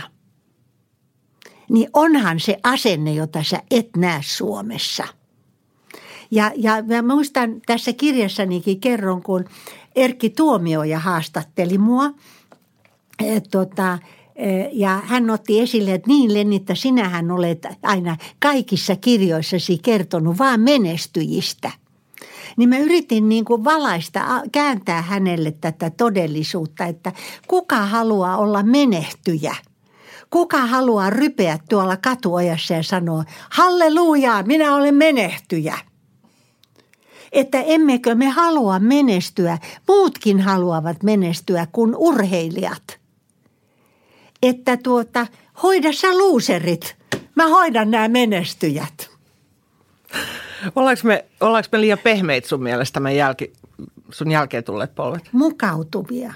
Speaker 4: niin onhan se asenne, jota sä et näe Suomessa. Ja, ja mä muistan tässä kirjassanikin kerron, kun Erkki Tuomioja haastatteli mua. E, tota, e, ja hän otti esille, että niin Lenitta, sinähän olet aina kaikissa kirjoissasi kertonut vaan menestyjistä. Niin mä yritin niin kuin valaista, kääntää hänelle tätä todellisuutta, että kuka haluaa olla menehtyjä? Kuka haluaa rypeä tuolla katuojassa ja sanoa, hallelujaa, minä olen menehtyjä? Että emmekö me halua menestyä, muutkin haluavat menestyä kuin urheilijat. Että tuota, hoida sä luuserit, mä hoidan nämä menestyjät.
Speaker 2: Ollaanko me, ollaanko me liian pehmeitä sun mielestä meidän jälki, sun jälkeen tulleet polvet?
Speaker 4: Mukautuvia.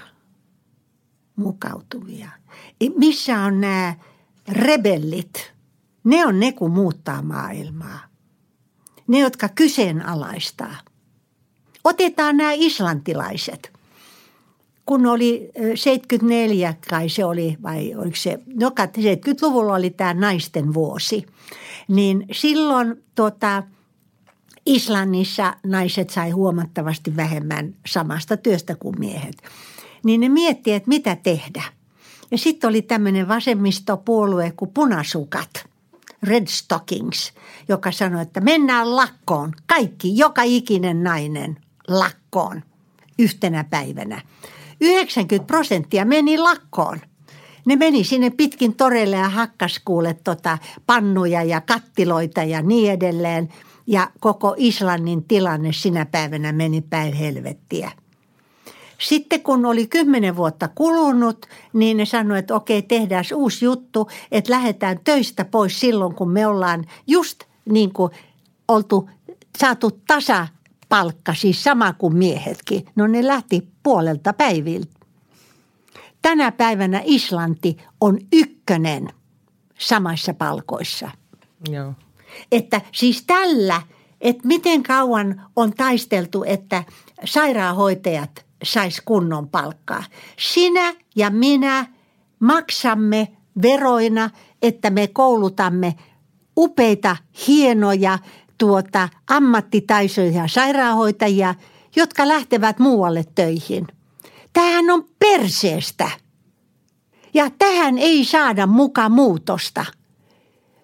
Speaker 4: Mukautuvia. Missä on nämä rebellit? Ne on ne, kun muuttaa maailmaa. Ne, jotka kyseenalaistaa. Otetaan nämä islantilaiset. Kun oli seitsemänkymmentäneljä, kai se oli, vai oliko se, no seitsemänkymmentäluvulla oli tämä naisten vuosi, niin silloin tota, Islannissa naiset sai huomattavasti vähemmän samasta työstä kuin miehet. Niin ne miettii, että mitä tehdä. Ja sitten oli tämmöinen vasemmistopuolue kuin Punasukat, Red Stockings, joka sanoi, että mennään lakkoon. Kaikki, joka ikinen nainen lakkoon yhtenä päivänä. yhdeksänkymmentä prosenttia meni lakkoon. Ne meni sinne pitkin toreille ja hakkas kuule tota pannuja ja kattiloita ja niin edelleen. Ja koko Islannin tilanne sinä päivänä meni päin helvettiä. Sitten kun oli kymmenen vuotta kulunut, niin ne sanoi, että okei, tehdään uusi juttu, että lähdetään töistä pois silloin, kun me ollaan just niin kuin oltu, saatu tasapalkka, siis sama kuin miehetkin. No ne lähti puolelta päiviltä. Tänä päivänä Islanti on ykkönen samassa palkoissa.
Speaker 2: Joo.
Speaker 4: Että siis tällä, että miten kauan on taisteltu, että sairaanhoitajat sais kunnon palkkaa. Sinä ja minä maksamme veroina, että me koulutamme upeita, hienoja, tuota, ammattitaitoisia sairaanhoitajia, jotka lähtevät muualle töihin. Tämähän on perseestä. Ja tähän ei saada muka muutosta.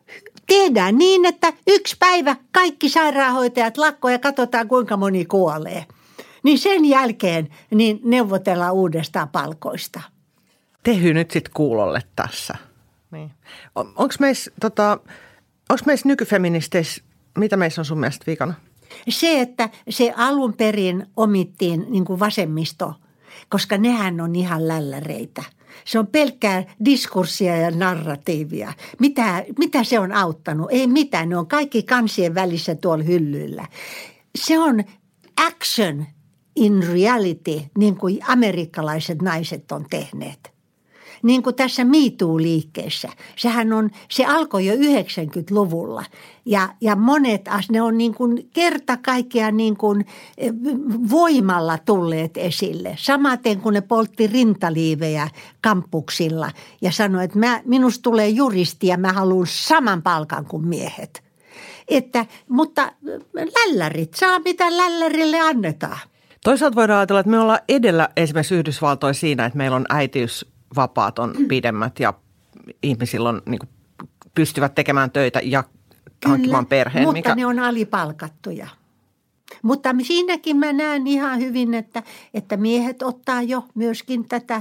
Speaker 4: tehdään niin, että yksi päivä kaikki sairaanhoitajat lakkoon ja katsotaan kuinka moni kuolee. Niin sen jälkeen niin neuvotellaan uudestaan palkoista.
Speaker 2: Tehy nyt sitten kuulolle tässä. Niin. On, onko meissä tota, meis nykyfeministeissä, mitä meissä on sun mielestä vikana?
Speaker 4: Se, että se alun perin omittiin niin kuin vasemmisto, koska nehän on ihan lälläreitä. Se on pelkkää diskurssia ja narratiivia. Mitä, mitä se on auttanut? Ei mitään, ne on kaikki kansien välissä tuolla hyllyllä. Se on action in reality, niin kuin amerikkalaiset naiset on tehneet. Niin kuin tässä Me Too-liikkeessä. Sehän on, se alkoi jo yhdeksänkymmentäluvulla ja, ja monet, ne on niin kuin kerta kaikkiaan niin kuin voimalla tulleet esille. Samaten kun ne poltti rintaliivejä kampuksilla ja sanoi, että mä, minusta tulee juristi ja mä haluan saman palkan kuin miehet. Että, mutta lällärit saa mitä lällärille annetaan.
Speaker 2: Toisaalta voidaan ajatella, että me ollaan edellä esimerkiksi Yhdysvaltoissa siinä, että meillä on äitiys vapaat on pidemmät ja ihmisillä on, niin kuin, pystyvät tekemään töitä ja hankkimaan perheen.
Speaker 4: Mutta
Speaker 2: mikä...
Speaker 4: ne on alipalkattuja. Mutta siinäkin mä näen ihan hyvin, että, että miehet ottaa jo myöskin tätä,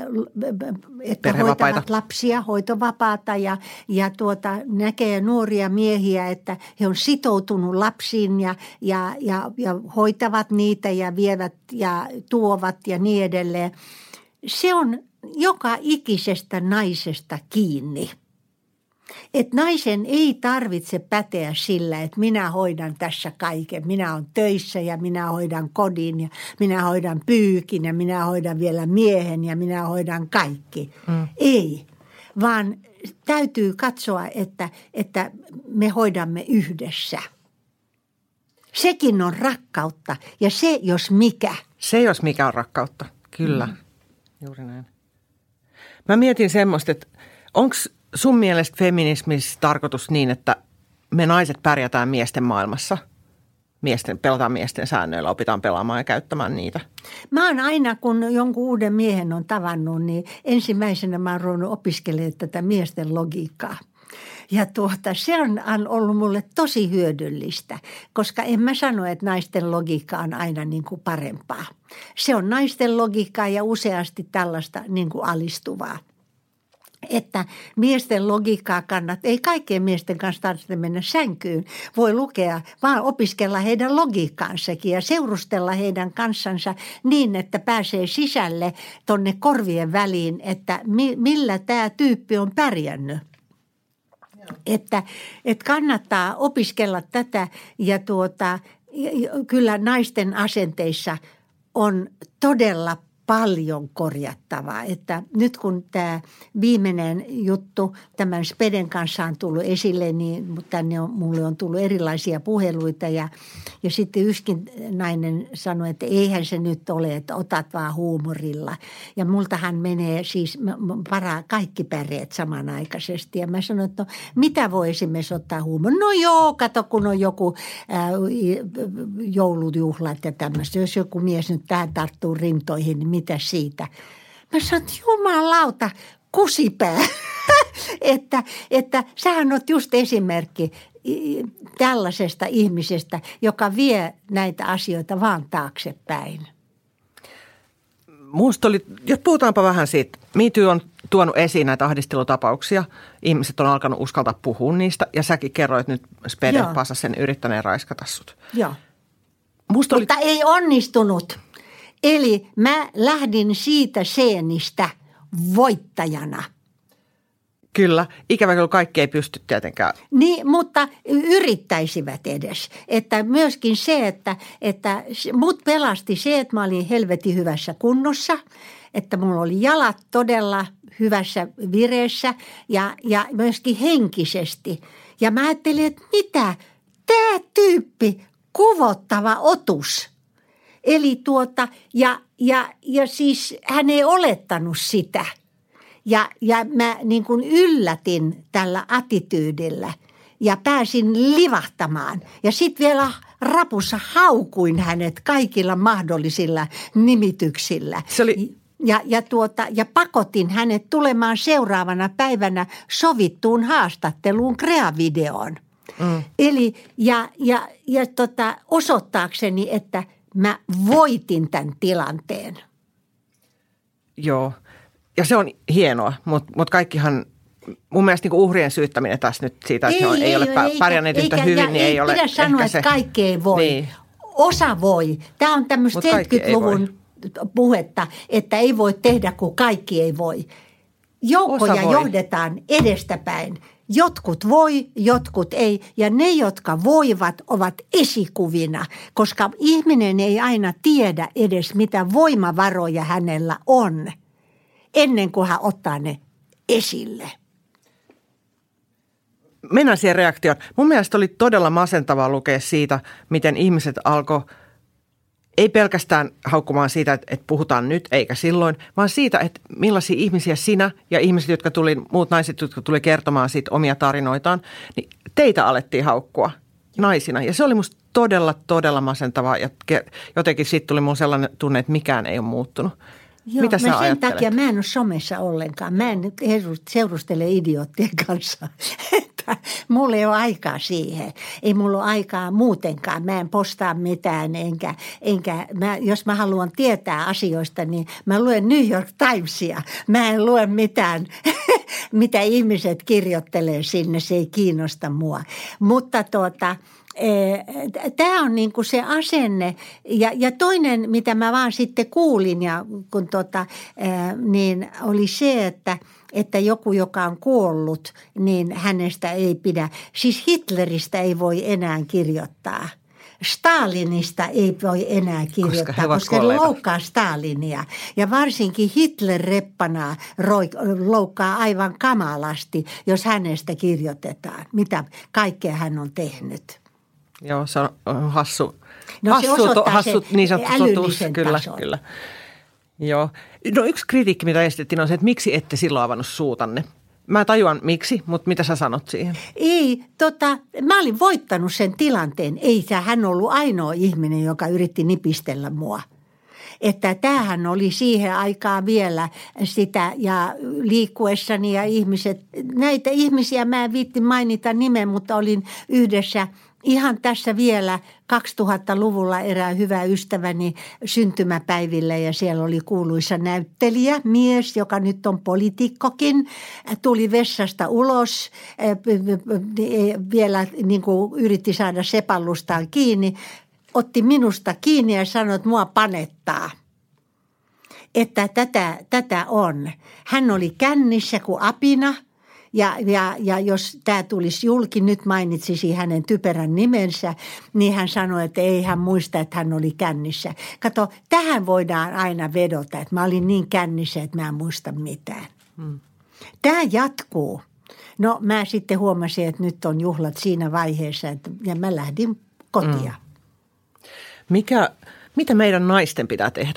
Speaker 4: että hoitavat lapsia, hoitovapaata ja, ja tuota, näkee nuoria miehiä, että he on sitoutunut lapsiin ja, ja, ja, ja hoitavat niitä ja vievät ja tuovat ja niin edelleen. Se on joka ikisestä naisesta kiinni. Että naisen ei tarvitse päteä sillä, että minä hoidan tässä kaiken. Minä olen töissä ja minä hoidan kodin ja minä hoidan pyykin ja minä hoidan vielä miehen ja minä hoidan kaikki. Mm. Ei, vaan täytyy katsoa, että, että me hoidamme yhdessä. Sekin on rakkautta ja se jos mikä.
Speaker 2: Se jos mikä on rakkautta, kyllä. Mm. Juuri näin. Mä mietin semmoista, että onko sun mielestä feminismissä tarkoitus niin, että me naiset pärjätään miesten maailmassa? Miesten, pelataan miesten säännöillä, opitaan pelaamaan ja käyttämään niitä.
Speaker 4: Mä oon aina, kun jonkun uuden miehen on tavannut, niin ensimmäisenä mä oon ruvennut opiskelemaan tätä miesten logiikkaa. Ja tuota, se on ollut mulle tosi hyödyllistä, koska en mä sano, että naisten logiikka on aina niin kuin parempaa. Se on naisten logiikkaa ja useasti tällaista niin kuin alistuvaa. Että miesten logiikkaa kannattaa, ei kaikkien miesten kanssa tarvitse mennä sänkyyn. Voi lukea, vaan opiskella heidän logiikkaansakin ja seurustella heidän kanssansa niin, että pääsee sisälle tonne korvien väliin, että mi, millä tämä tyyppi on pärjännyt. Että, että kannattaa opiskella tätä ja tuota, kyllä naisten asenteissa on todella paljon korjattavaa. Että nyt kun tämä viimeinen juttu tämän Speden kanssa on tullut esille, niin tänne on, mulle on tullut erilaisia puheluita ja, ja sitten yksikin nainen sanoi, että eihän se nyt ole, että otat vaan huumorilla. Ja multahan menee siis paraa kaikki päreet samanaikaisesti ja mä sanoin, että no, mitä voisimme ottaa huumorilla? No joo, kato kun on joku ää, joulujuhlat ja tämmöistä. Jos joku mies nyt tähän tarttuu rintoihin, niin mitä siitä? Mä sanoin, että jumalauta, kusipää. että, että sähän oot just esimerkki tällaisesta ihmisestä, joka vie näitä asioita vaan taaksepäin.
Speaker 2: Musta oli, jos puhutaanpa vähän siitä, Me Too on tuonut esiin näitä ahdistelutapauksia. Ihmiset on alkanut uskaltaa puhua niistä ja säkin kerroit nyt Speden Pasasen yrittäneen raiskata sut.
Speaker 4: Joo,
Speaker 2: Musta
Speaker 4: mutta
Speaker 2: oli...
Speaker 4: ei onnistunut. Eli mä lähdin siitä seenistä voittajana.
Speaker 2: Kyllä, ikävä kyllä kaikki ei pysty tietenkään.
Speaker 4: Niin, mutta yrittäisivät edes. Että myöskin se, että, että mut pelasti se, että mä olin helvetin hyvässä kunnossa, että mulla oli jalat todella hyvässä vireessä ja, ja myöskin henkisesti. Ja mä ajattelin, että mitä, tämä tyyppi, kuvottava otus. Eli tuota, ja, ja, ja siis hän ei olettanut sitä. Ja, ja mä niin kuin yllätin tällä atityydillä ja pääsin livahtamaan. Ja sitten vielä rapussa haukuin hänet kaikilla mahdollisilla nimityksillä.
Speaker 2: Se oli
Speaker 4: Ja, ja, tuota, ja pakotin hänet tulemaan seuraavana päivänä sovittuun haastatteluun Krea-videoon. Mm. Eli ja, ja, ja tota, osoittaakseni, että mä voitin tämän tilanteen.
Speaker 2: Joo, ja se on hienoa, mutta mut kaikkihan, mun mielestä niin uhrien syyttäminen tässä nyt siitä, että ei, ei, ei ole pärjänneet yhtä hyvin,
Speaker 4: ja
Speaker 2: niin
Speaker 4: ei,
Speaker 2: ei ole
Speaker 4: pidä sanoa,
Speaker 2: se,
Speaker 4: että kaikki ei voi. Niin. Osa voi. Tämä on tämmöistä seitsemänkymmentäluvun puhetta, että ei voi tehdä, kun kaikki ei voi. Joukkoja voi. Johdetaan edestäpäin. Jotkut voi, jotkut ei. Ja ne, jotka voivat, ovat esikuvina, koska ihminen ei aina tiedä edes, mitä voimavaroja hänellä on, ennen kuin hän ottaa ne esille.
Speaker 2: Mennään siihen reaktioon. Mun mielestä oli todella masentavaa lukea siitä, miten ihmiset alkoi ei pelkästään haukkumaan siitä, että, että puhutaan nyt eikä silloin, vaan siitä, että millaisia ihmisiä sinä ja ihmiset, jotka tuli, muut naiset, jotka tuli kertomaan siitä omia tarinoitaan, niin teitä alettiin haukkua naisina. Ja se oli musta todella, todella masentavaa ja jotenkin siitä tuli mun sellainen tunne, että mikään ei ole muuttunut.
Speaker 4: Joo,
Speaker 2: mitä sä
Speaker 4: sen
Speaker 2: ajattelet?
Speaker 4: takia mä en ole somessa ollenkaan. Mä en seurustele idioottien kanssa. Että mulla ei ole aikaa siihen. Ei mulla ole aikaa muutenkaan. Mä en postaa mitään. Enkä, enkä mä, jos mä haluan tietää asioista, niin mä luen New York Timesia. Mä en lue mitään, mitä ihmiset kirjoittelee sinne. Se ei kiinnosta mua. Mutta tuota... Tämä on niin kuin se asenne ja, ja toinen, mitä mä vaan sitten kuulin ja kun tota, niin oli se, että, että joku, joka on kuollut, niin hänestä ei pidä. Siis Hitleristä ei voi enää kirjoittaa. Stalinista ei voi enää kirjoittaa, koska, koska se loukkaa Stalinia. Ja varsinkin Hitler reppanaa loukkaa aivan kamalasti, jos hänestä kirjoitetaan, mitä kaikkea hän on tehnyt.
Speaker 2: Joo, se on hassu,
Speaker 4: no,
Speaker 2: hassu,
Speaker 4: se
Speaker 2: to, hassu niin sanottu totuus. Kyllä,
Speaker 4: tason.
Speaker 2: kyllä. Joo. No yksi kritiikki, mitä esitettiin, on se, että miksi ette silloin avannut suutanne. Mä tajuan miksi, mutta mitä sä sanot siihen?
Speaker 4: Ei, tota, mä olin voittanut sen tilanteen. Ei hän ollut ainoa ihminen, joka yritti nipistellä mua. Että tämähän oli siihen aikaan vielä sitä ja liikkuessani ja ihmiset, näitä ihmisiä mä en viitti mainita nimen, mutta olin yhdessä ihan tässä vielä kaksituhattaluvulla erään hyvä ystäväni syntymäpäivillä ja siellä oli kuuluisa näyttelijä, mies, joka nyt on poliitikkokin, tuli vessasta ulos, vielä niin kuin yritti saada sepallustaan kiinni, otti minusta kiinni ja sanoi, että mua panettaa. Että tätä, tätä on. Hän oli kännissä kuin apina. Ja, ja, ja jos tämä tulisi julki, nyt mainitsisi hänen typerän nimensä, niin hän sanoi, että ei hän muista, että hän oli kännissä. Kato, tähän voidaan aina vedota, että mä olin niin kännissä, että mä en muista mitään. Hmm. Tämä jatkuu. No mä sitten huomasin, että nyt on juhlat siinä vaiheessa, että, ja mä lähdin kotia. Hmm.
Speaker 2: Mikä, mitä meidän naisten pitää tehdä?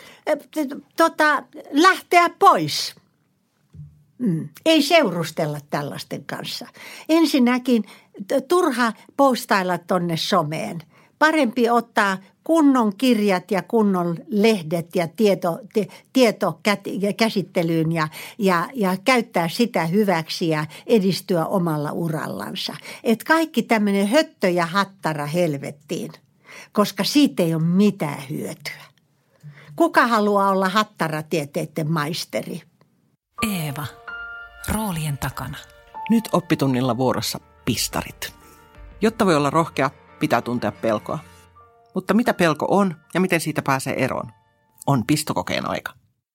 Speaker 4: Tota, lähteä pois. Mm. Ei seurustella tällaisten kanssa. Ensinnäkin turha postailla tonne someen. Parempi ottaa kunnon kirjat ja kunnon lehdet ja tieto, te, tieto käsittelyyn ja, ja, ja käyttää sitä hyväksi ja edistyä omalla urallansa. Et kaikki tämmöinen höttö ja hattara helvettiin, koska siitä ei ole mitään hyötyä. Kuka haluaa olla hattaratieteiden maisteri?
Speaker 3: Eeva. Roolien takana.
Speaker 2: Nyt oppitunnilla vuorossa pistarit. Jotta voi olla rohkea, pitää tuntea pelkoa. Mutta mitä pelko on ja miten siitä pääsee eroon? On pistokokeen aika.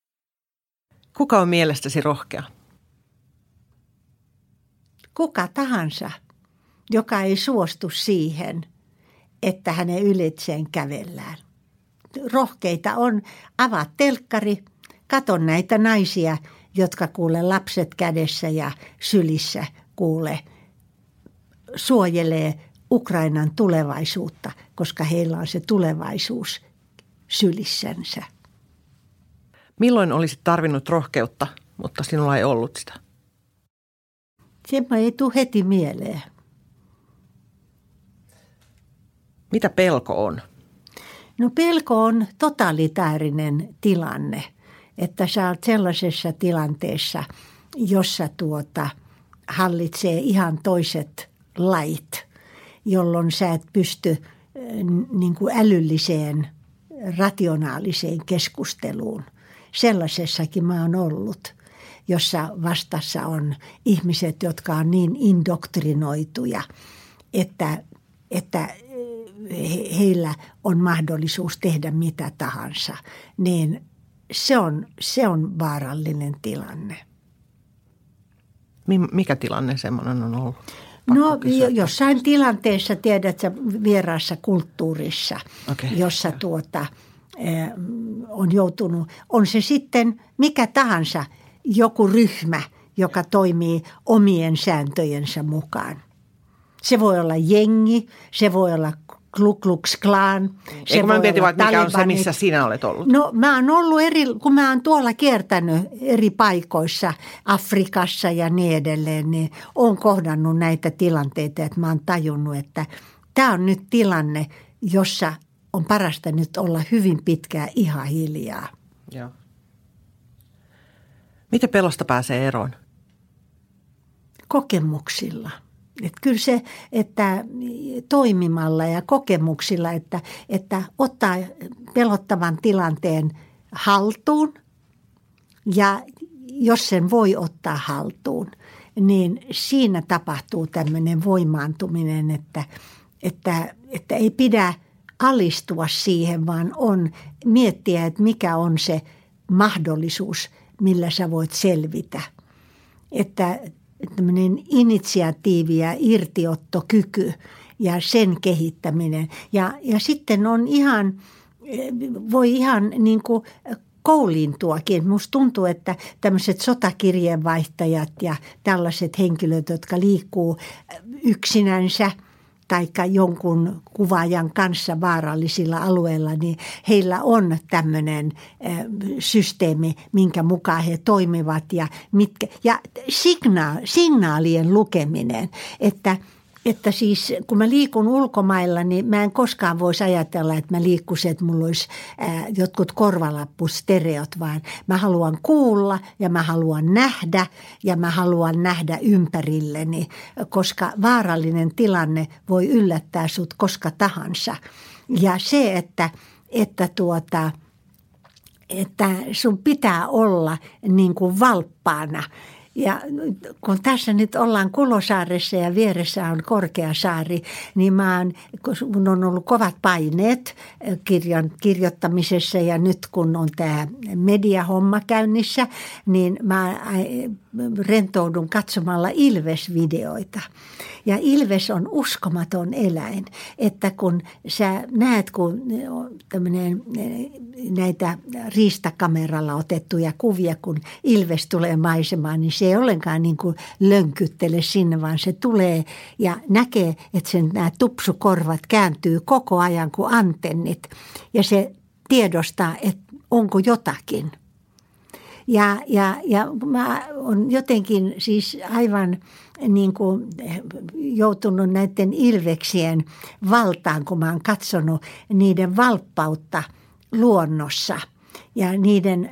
Speaker 2: Kuka on mielestäsi rohkea?
Speaker 4: Kuka tahansa, joka ei suostu siihen, että hänen ylitseen kävellään. Rohkeita on, avaa telkkari, kato näitä naisia, jotka kuule lapset kädessä ja sylissä kuule suojelee Ukrainan tulevaisuutta, koska heillä on se tulevaisuus sylissänsä.
Speaker 2: Milloin olisit tarvinnut rohkeutta, mutta sinulla ei ollut sitä?
Speaker 4: Semmoinen ei tule heti mieleen.
Speaker 2: Mitä pelko on?
Speaker 4: No pelko on totalitaarinen tilanne. että sä oot sellaisessa tilanteessa, jossa tuota hallitsee ihan toiset lait, jolloin sä et pysty niin kuin älylliseen, rationaaliseen keskusteluun. Sellaisessakin mä oon ollut, jossa vastassa on ihmiset, jotka on niin indoktrinoituja, että, että heillä on mahdollisuus tehdä mitä tahansa. Niin se on, se on vaarallinen tilanne.
Speaker 2: Mikä tilanne semmoinen on ollut?
Speaker 4: No jossain tilanteessa, tiedätkö, vieraassa kulttuurissa, okay. jossa tuota, on joutunut, on se sitten mikä tahansa joku ryhmä, joka toimii omien sääntöjensä mukaan. Se voi olla jengi, se voi olla Ku Klux Klan.
Speaker 2: Eikö mä mietin, että mikä on se, missä sinä olet ollut?
Speaker 4: No mä oon ollut eri, kun mä oon tuolla kiertänyt eri paikoissa, Afrikassa ja niin edelleen, niin oon kohdannut näitä tilanteita, että mä oon tajunnut, että tämä on nyt tilanne, jossa on parasta nyt olla hyvin pitkään ihan hiljaa.
Speaker 2: Joo. Miten pelosta pääsee eroon?
Speaker 4: Kokemuksilla. Että kyllä se, että toimimalla ja kokemuksilla, että, että ottaa pelottavan tilanteen haltuun ja jos sen voi ottaa haltuun, niin siinä tapahtuu tämmöinen voimaantuminen, että, että, että ei pidä alistua siihen, vaan on miettiä, että mikä on se mahdollisuus, millä sä voit selvitä. Että tämmöinen initsiatiivi ja irtiottokyky ja sen kehittäminen. Ja, ja sitten on ihan, voi ihan niin kuin kouliintuakin. Musta tuntuu, että tämmöiset sotakirjeenvaihtajat ja tällaiset henkilöt, jotka liikkuu yksinänsä taikka jonkun kuvaajan kanssa vaarallisilla alueilla, niin heillä on tämmöinen systeemi, minkä mukaan he toimivat ja, mitkä, ja signa, signaalien lukeminen, että Että siis kun mä liikun ulkomailla, niin mä en koskaan voisi ajatella, että mä liikkuisin, että mulla olisi ää, jotkut korvalappustereot, vaan mä haluan kuulla ja mä haluan nähdä ja mä haluan nähdä ympärilleni, koska vaarallinen tilanne voi yllättää sut koska tahansa. Ja se, että, että, tuota, että sun pitää olla niin kuin valppaana. Ja kun tässä nyt ollaan Kulosaaressa ja vieressä on Korkeasaari, niin mä oon, kun on ollut kovat paineet kirjan, kirjoittamisessa ja nyt kun on tämä mediahomma käynnissä, niin mä rentoudun katsomalla Ilves-videoita. Ja Ilves on uskomaton eläin, että kun sä näet, kun tämmöinen, näitä riistakameralla otettuja kuvia, kun Ilves tulee maisemaan, niin se ei ollenkaan niin kuin lönkyttele sinne, vaan se tulee ja näkee, että sen nämä tupsukorvat kääntyy koko ajan kuin antennit ja se tiedostaa, että onko jotakin. Ja, ja, ja mä oon jotenkin siis aivan niin kuin joutunut näiden ilveksien valtaan, kun mä oon katsonut niiden valppautta luonnossa. Ja niiden,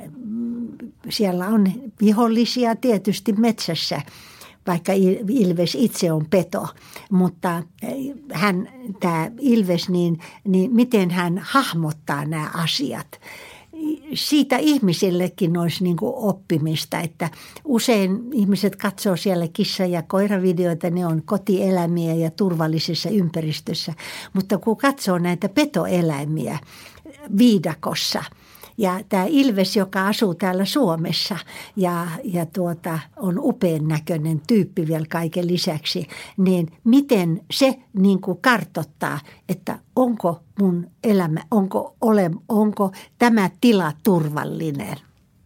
Speaker 4: siellä on vihollisia tietysti metsässä, vaikka ilves itse on peto, mutta hän, tämä ilves, niin, niin miten hän hahmottaa nämä asiat. Siitä ihmisillekin olisi niin kuin oppimista, että usein ihmiset katsoo siellä kissa- ja koiravideoita, ne on kotieläimiä ja turvallisessa ympäristössä, mutta kun katsoo näitä petoeläimiä viidakossa ja tämä ilves, joka asuu täällä Suomessa ja, ja tuota, on upean näköinen tyyppi vielä kaiken lisäksi, niin miten se niin kuin kartoittaa, että onko mun elämä, onko, ole, onko tämä tila turvallinen?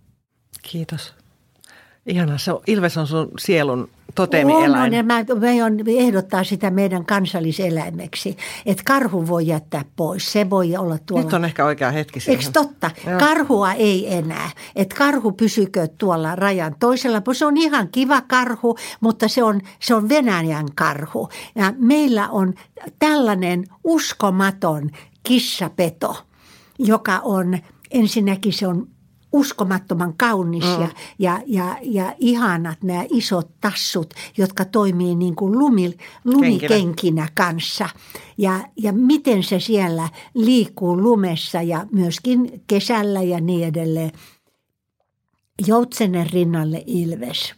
Speaker 2: Kiitos. Ihanaa. Se on, ilves on sun sielun toteemieläin.
Speaker 4: On, on, ja mä, mä on, ehdottaa sitä meidän kansalliseläimeksi, että karhu voi jättää pois. Se voi olla tuolla.
Speaker 2: Nyt on ehkä oikea hetki siihen.
Speaker 4: Eikö totta? Joo. Karhua ei enää. Että karhu pysykö tuolla rajan toisella. Se on ihan kiva karhu, mutta se on, se on Venäjän karhu. Ja meillä on tällainen uskomaton kissapeto, joka on, ensinnäkin se on uskomattoman kaunis
Speaker 2: Mm.
Speaker 4: ja, ja, ja, ja ihanat nämä isot tassut, jotka toimii niin kuin lumi, lumikenkinä kanssa. Ja, ja miten se siellä liikkuu lumessa ja myöskin kesällä ja niin edelleen. Joutsenen rinnalle ilves.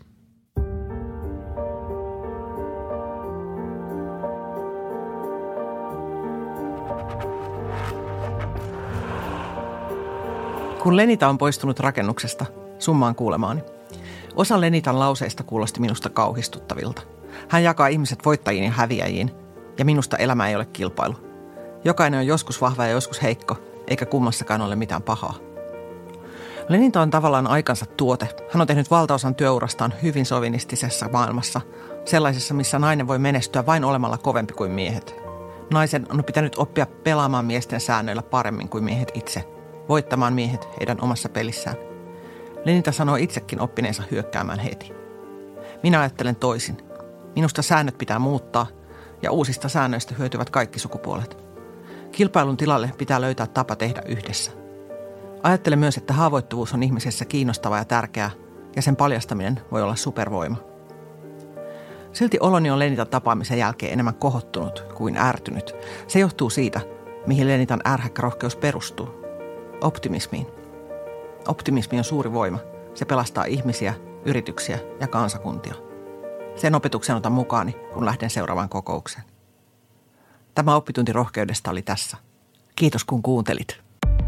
Speaker 2: Kun Lenita on poistunut rakennuksesta, summaan kuulemaani. Osa Lenitan lauseista kuulosti minusta kauhistuttavilta. Hän jakaa ihmiset voittajiin ja häviäjiin, ja minusta elämä ei ole kilpailu. Jokainen on joskus vahva ja joskus heikko, eikä kummassakaan ole mitään pahaa. Lenita on tavallaan aikansa tuote. Hän on tehnyt valtaosan työurastaan hyvin sovinistisessa maailmassa, sellaisessa, missä nainen voi menestyä vain olemalla kovempi kuin miehet. Naisen on pitänyt oppia pelaamaan miesten säännöillä paremmin kuin miehet itse, voittamaan miehet heidän omassa pelissään. Lenita sanoo itsekin oppineensa hyökkäämään heti. Minä ajattelen toisin. Minusta säännöt pitää muuttaa, ja uusista säännöistä hyötyvät kaikki sukupuolet. Kilpailun tilalle pitää löytää tapa tehdä yhdessä. Ajattelen myös, että haavoittuvuus on ihmisessä kiinnostavaa ja tärkeää, ja sen paljastaminen voi olla supervoima. Silti oloni on Lenitan tapaamisen jälkeen enemmän kohottunut kuin ärtynyt. Se johtuu siitä, mihin Lenitan ärhäkkä rohkeus perustuu. Optimismiin. Optimismi on suuri voima. Se pelastaa ihmisiä, yrityksiä ja kansakuntia. Sen opetuksen otan mukaani, kun lähden seuraavaan kokoukseen. Tämä oppitunti rohkeudesta oli tässä. Kiitos kun kuuntelit.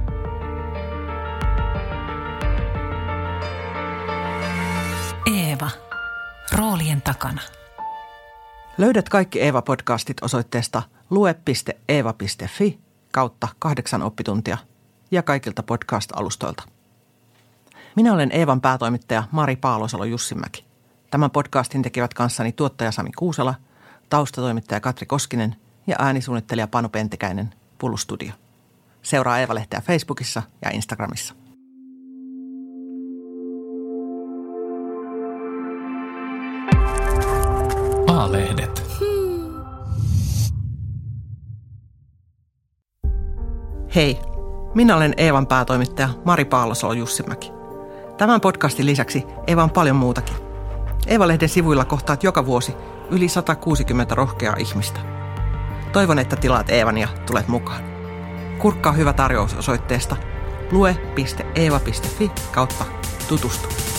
Speaker 3: Eeva. Roolien takana.
Speaker 2: Löydät kaikki Eeva-podcastit osoitteesta lue piste eeva piste fi kautta kahdeksan oppituntia ja kaikilta podcast-alustoilta. Minä olen Eevan päätoimittaja Mari Paalosalo-Jussinmäki. Tämän podcastin tekevät kanssani tuottaja Sami Kuusela, taustatoimittaja Katri Koskinen ja äänisuunnittelija Panu Pentikäinen, Pulu Studio. Seuraa Eeva-lehteä Facebookissa ja Instagramissa.
Speaker 1: A-lehdet.
Speaker 2: Hei, minä olen Eevan päätoimittaja Mari Paalosalo-Jussinmäki. Tämän podcastin lisäksi Eeva on paljon muutakin. Eeva-lehden sivuilla kohtaat joka vuosi yli sata kuusikymmentä rohkeaa ihmistä. Toivon, että tilaat Eevan ja tulet mukaan. Kurkkaa hyvä tarjous osoitteesta lue piste eeva piste fi kautta tutustu.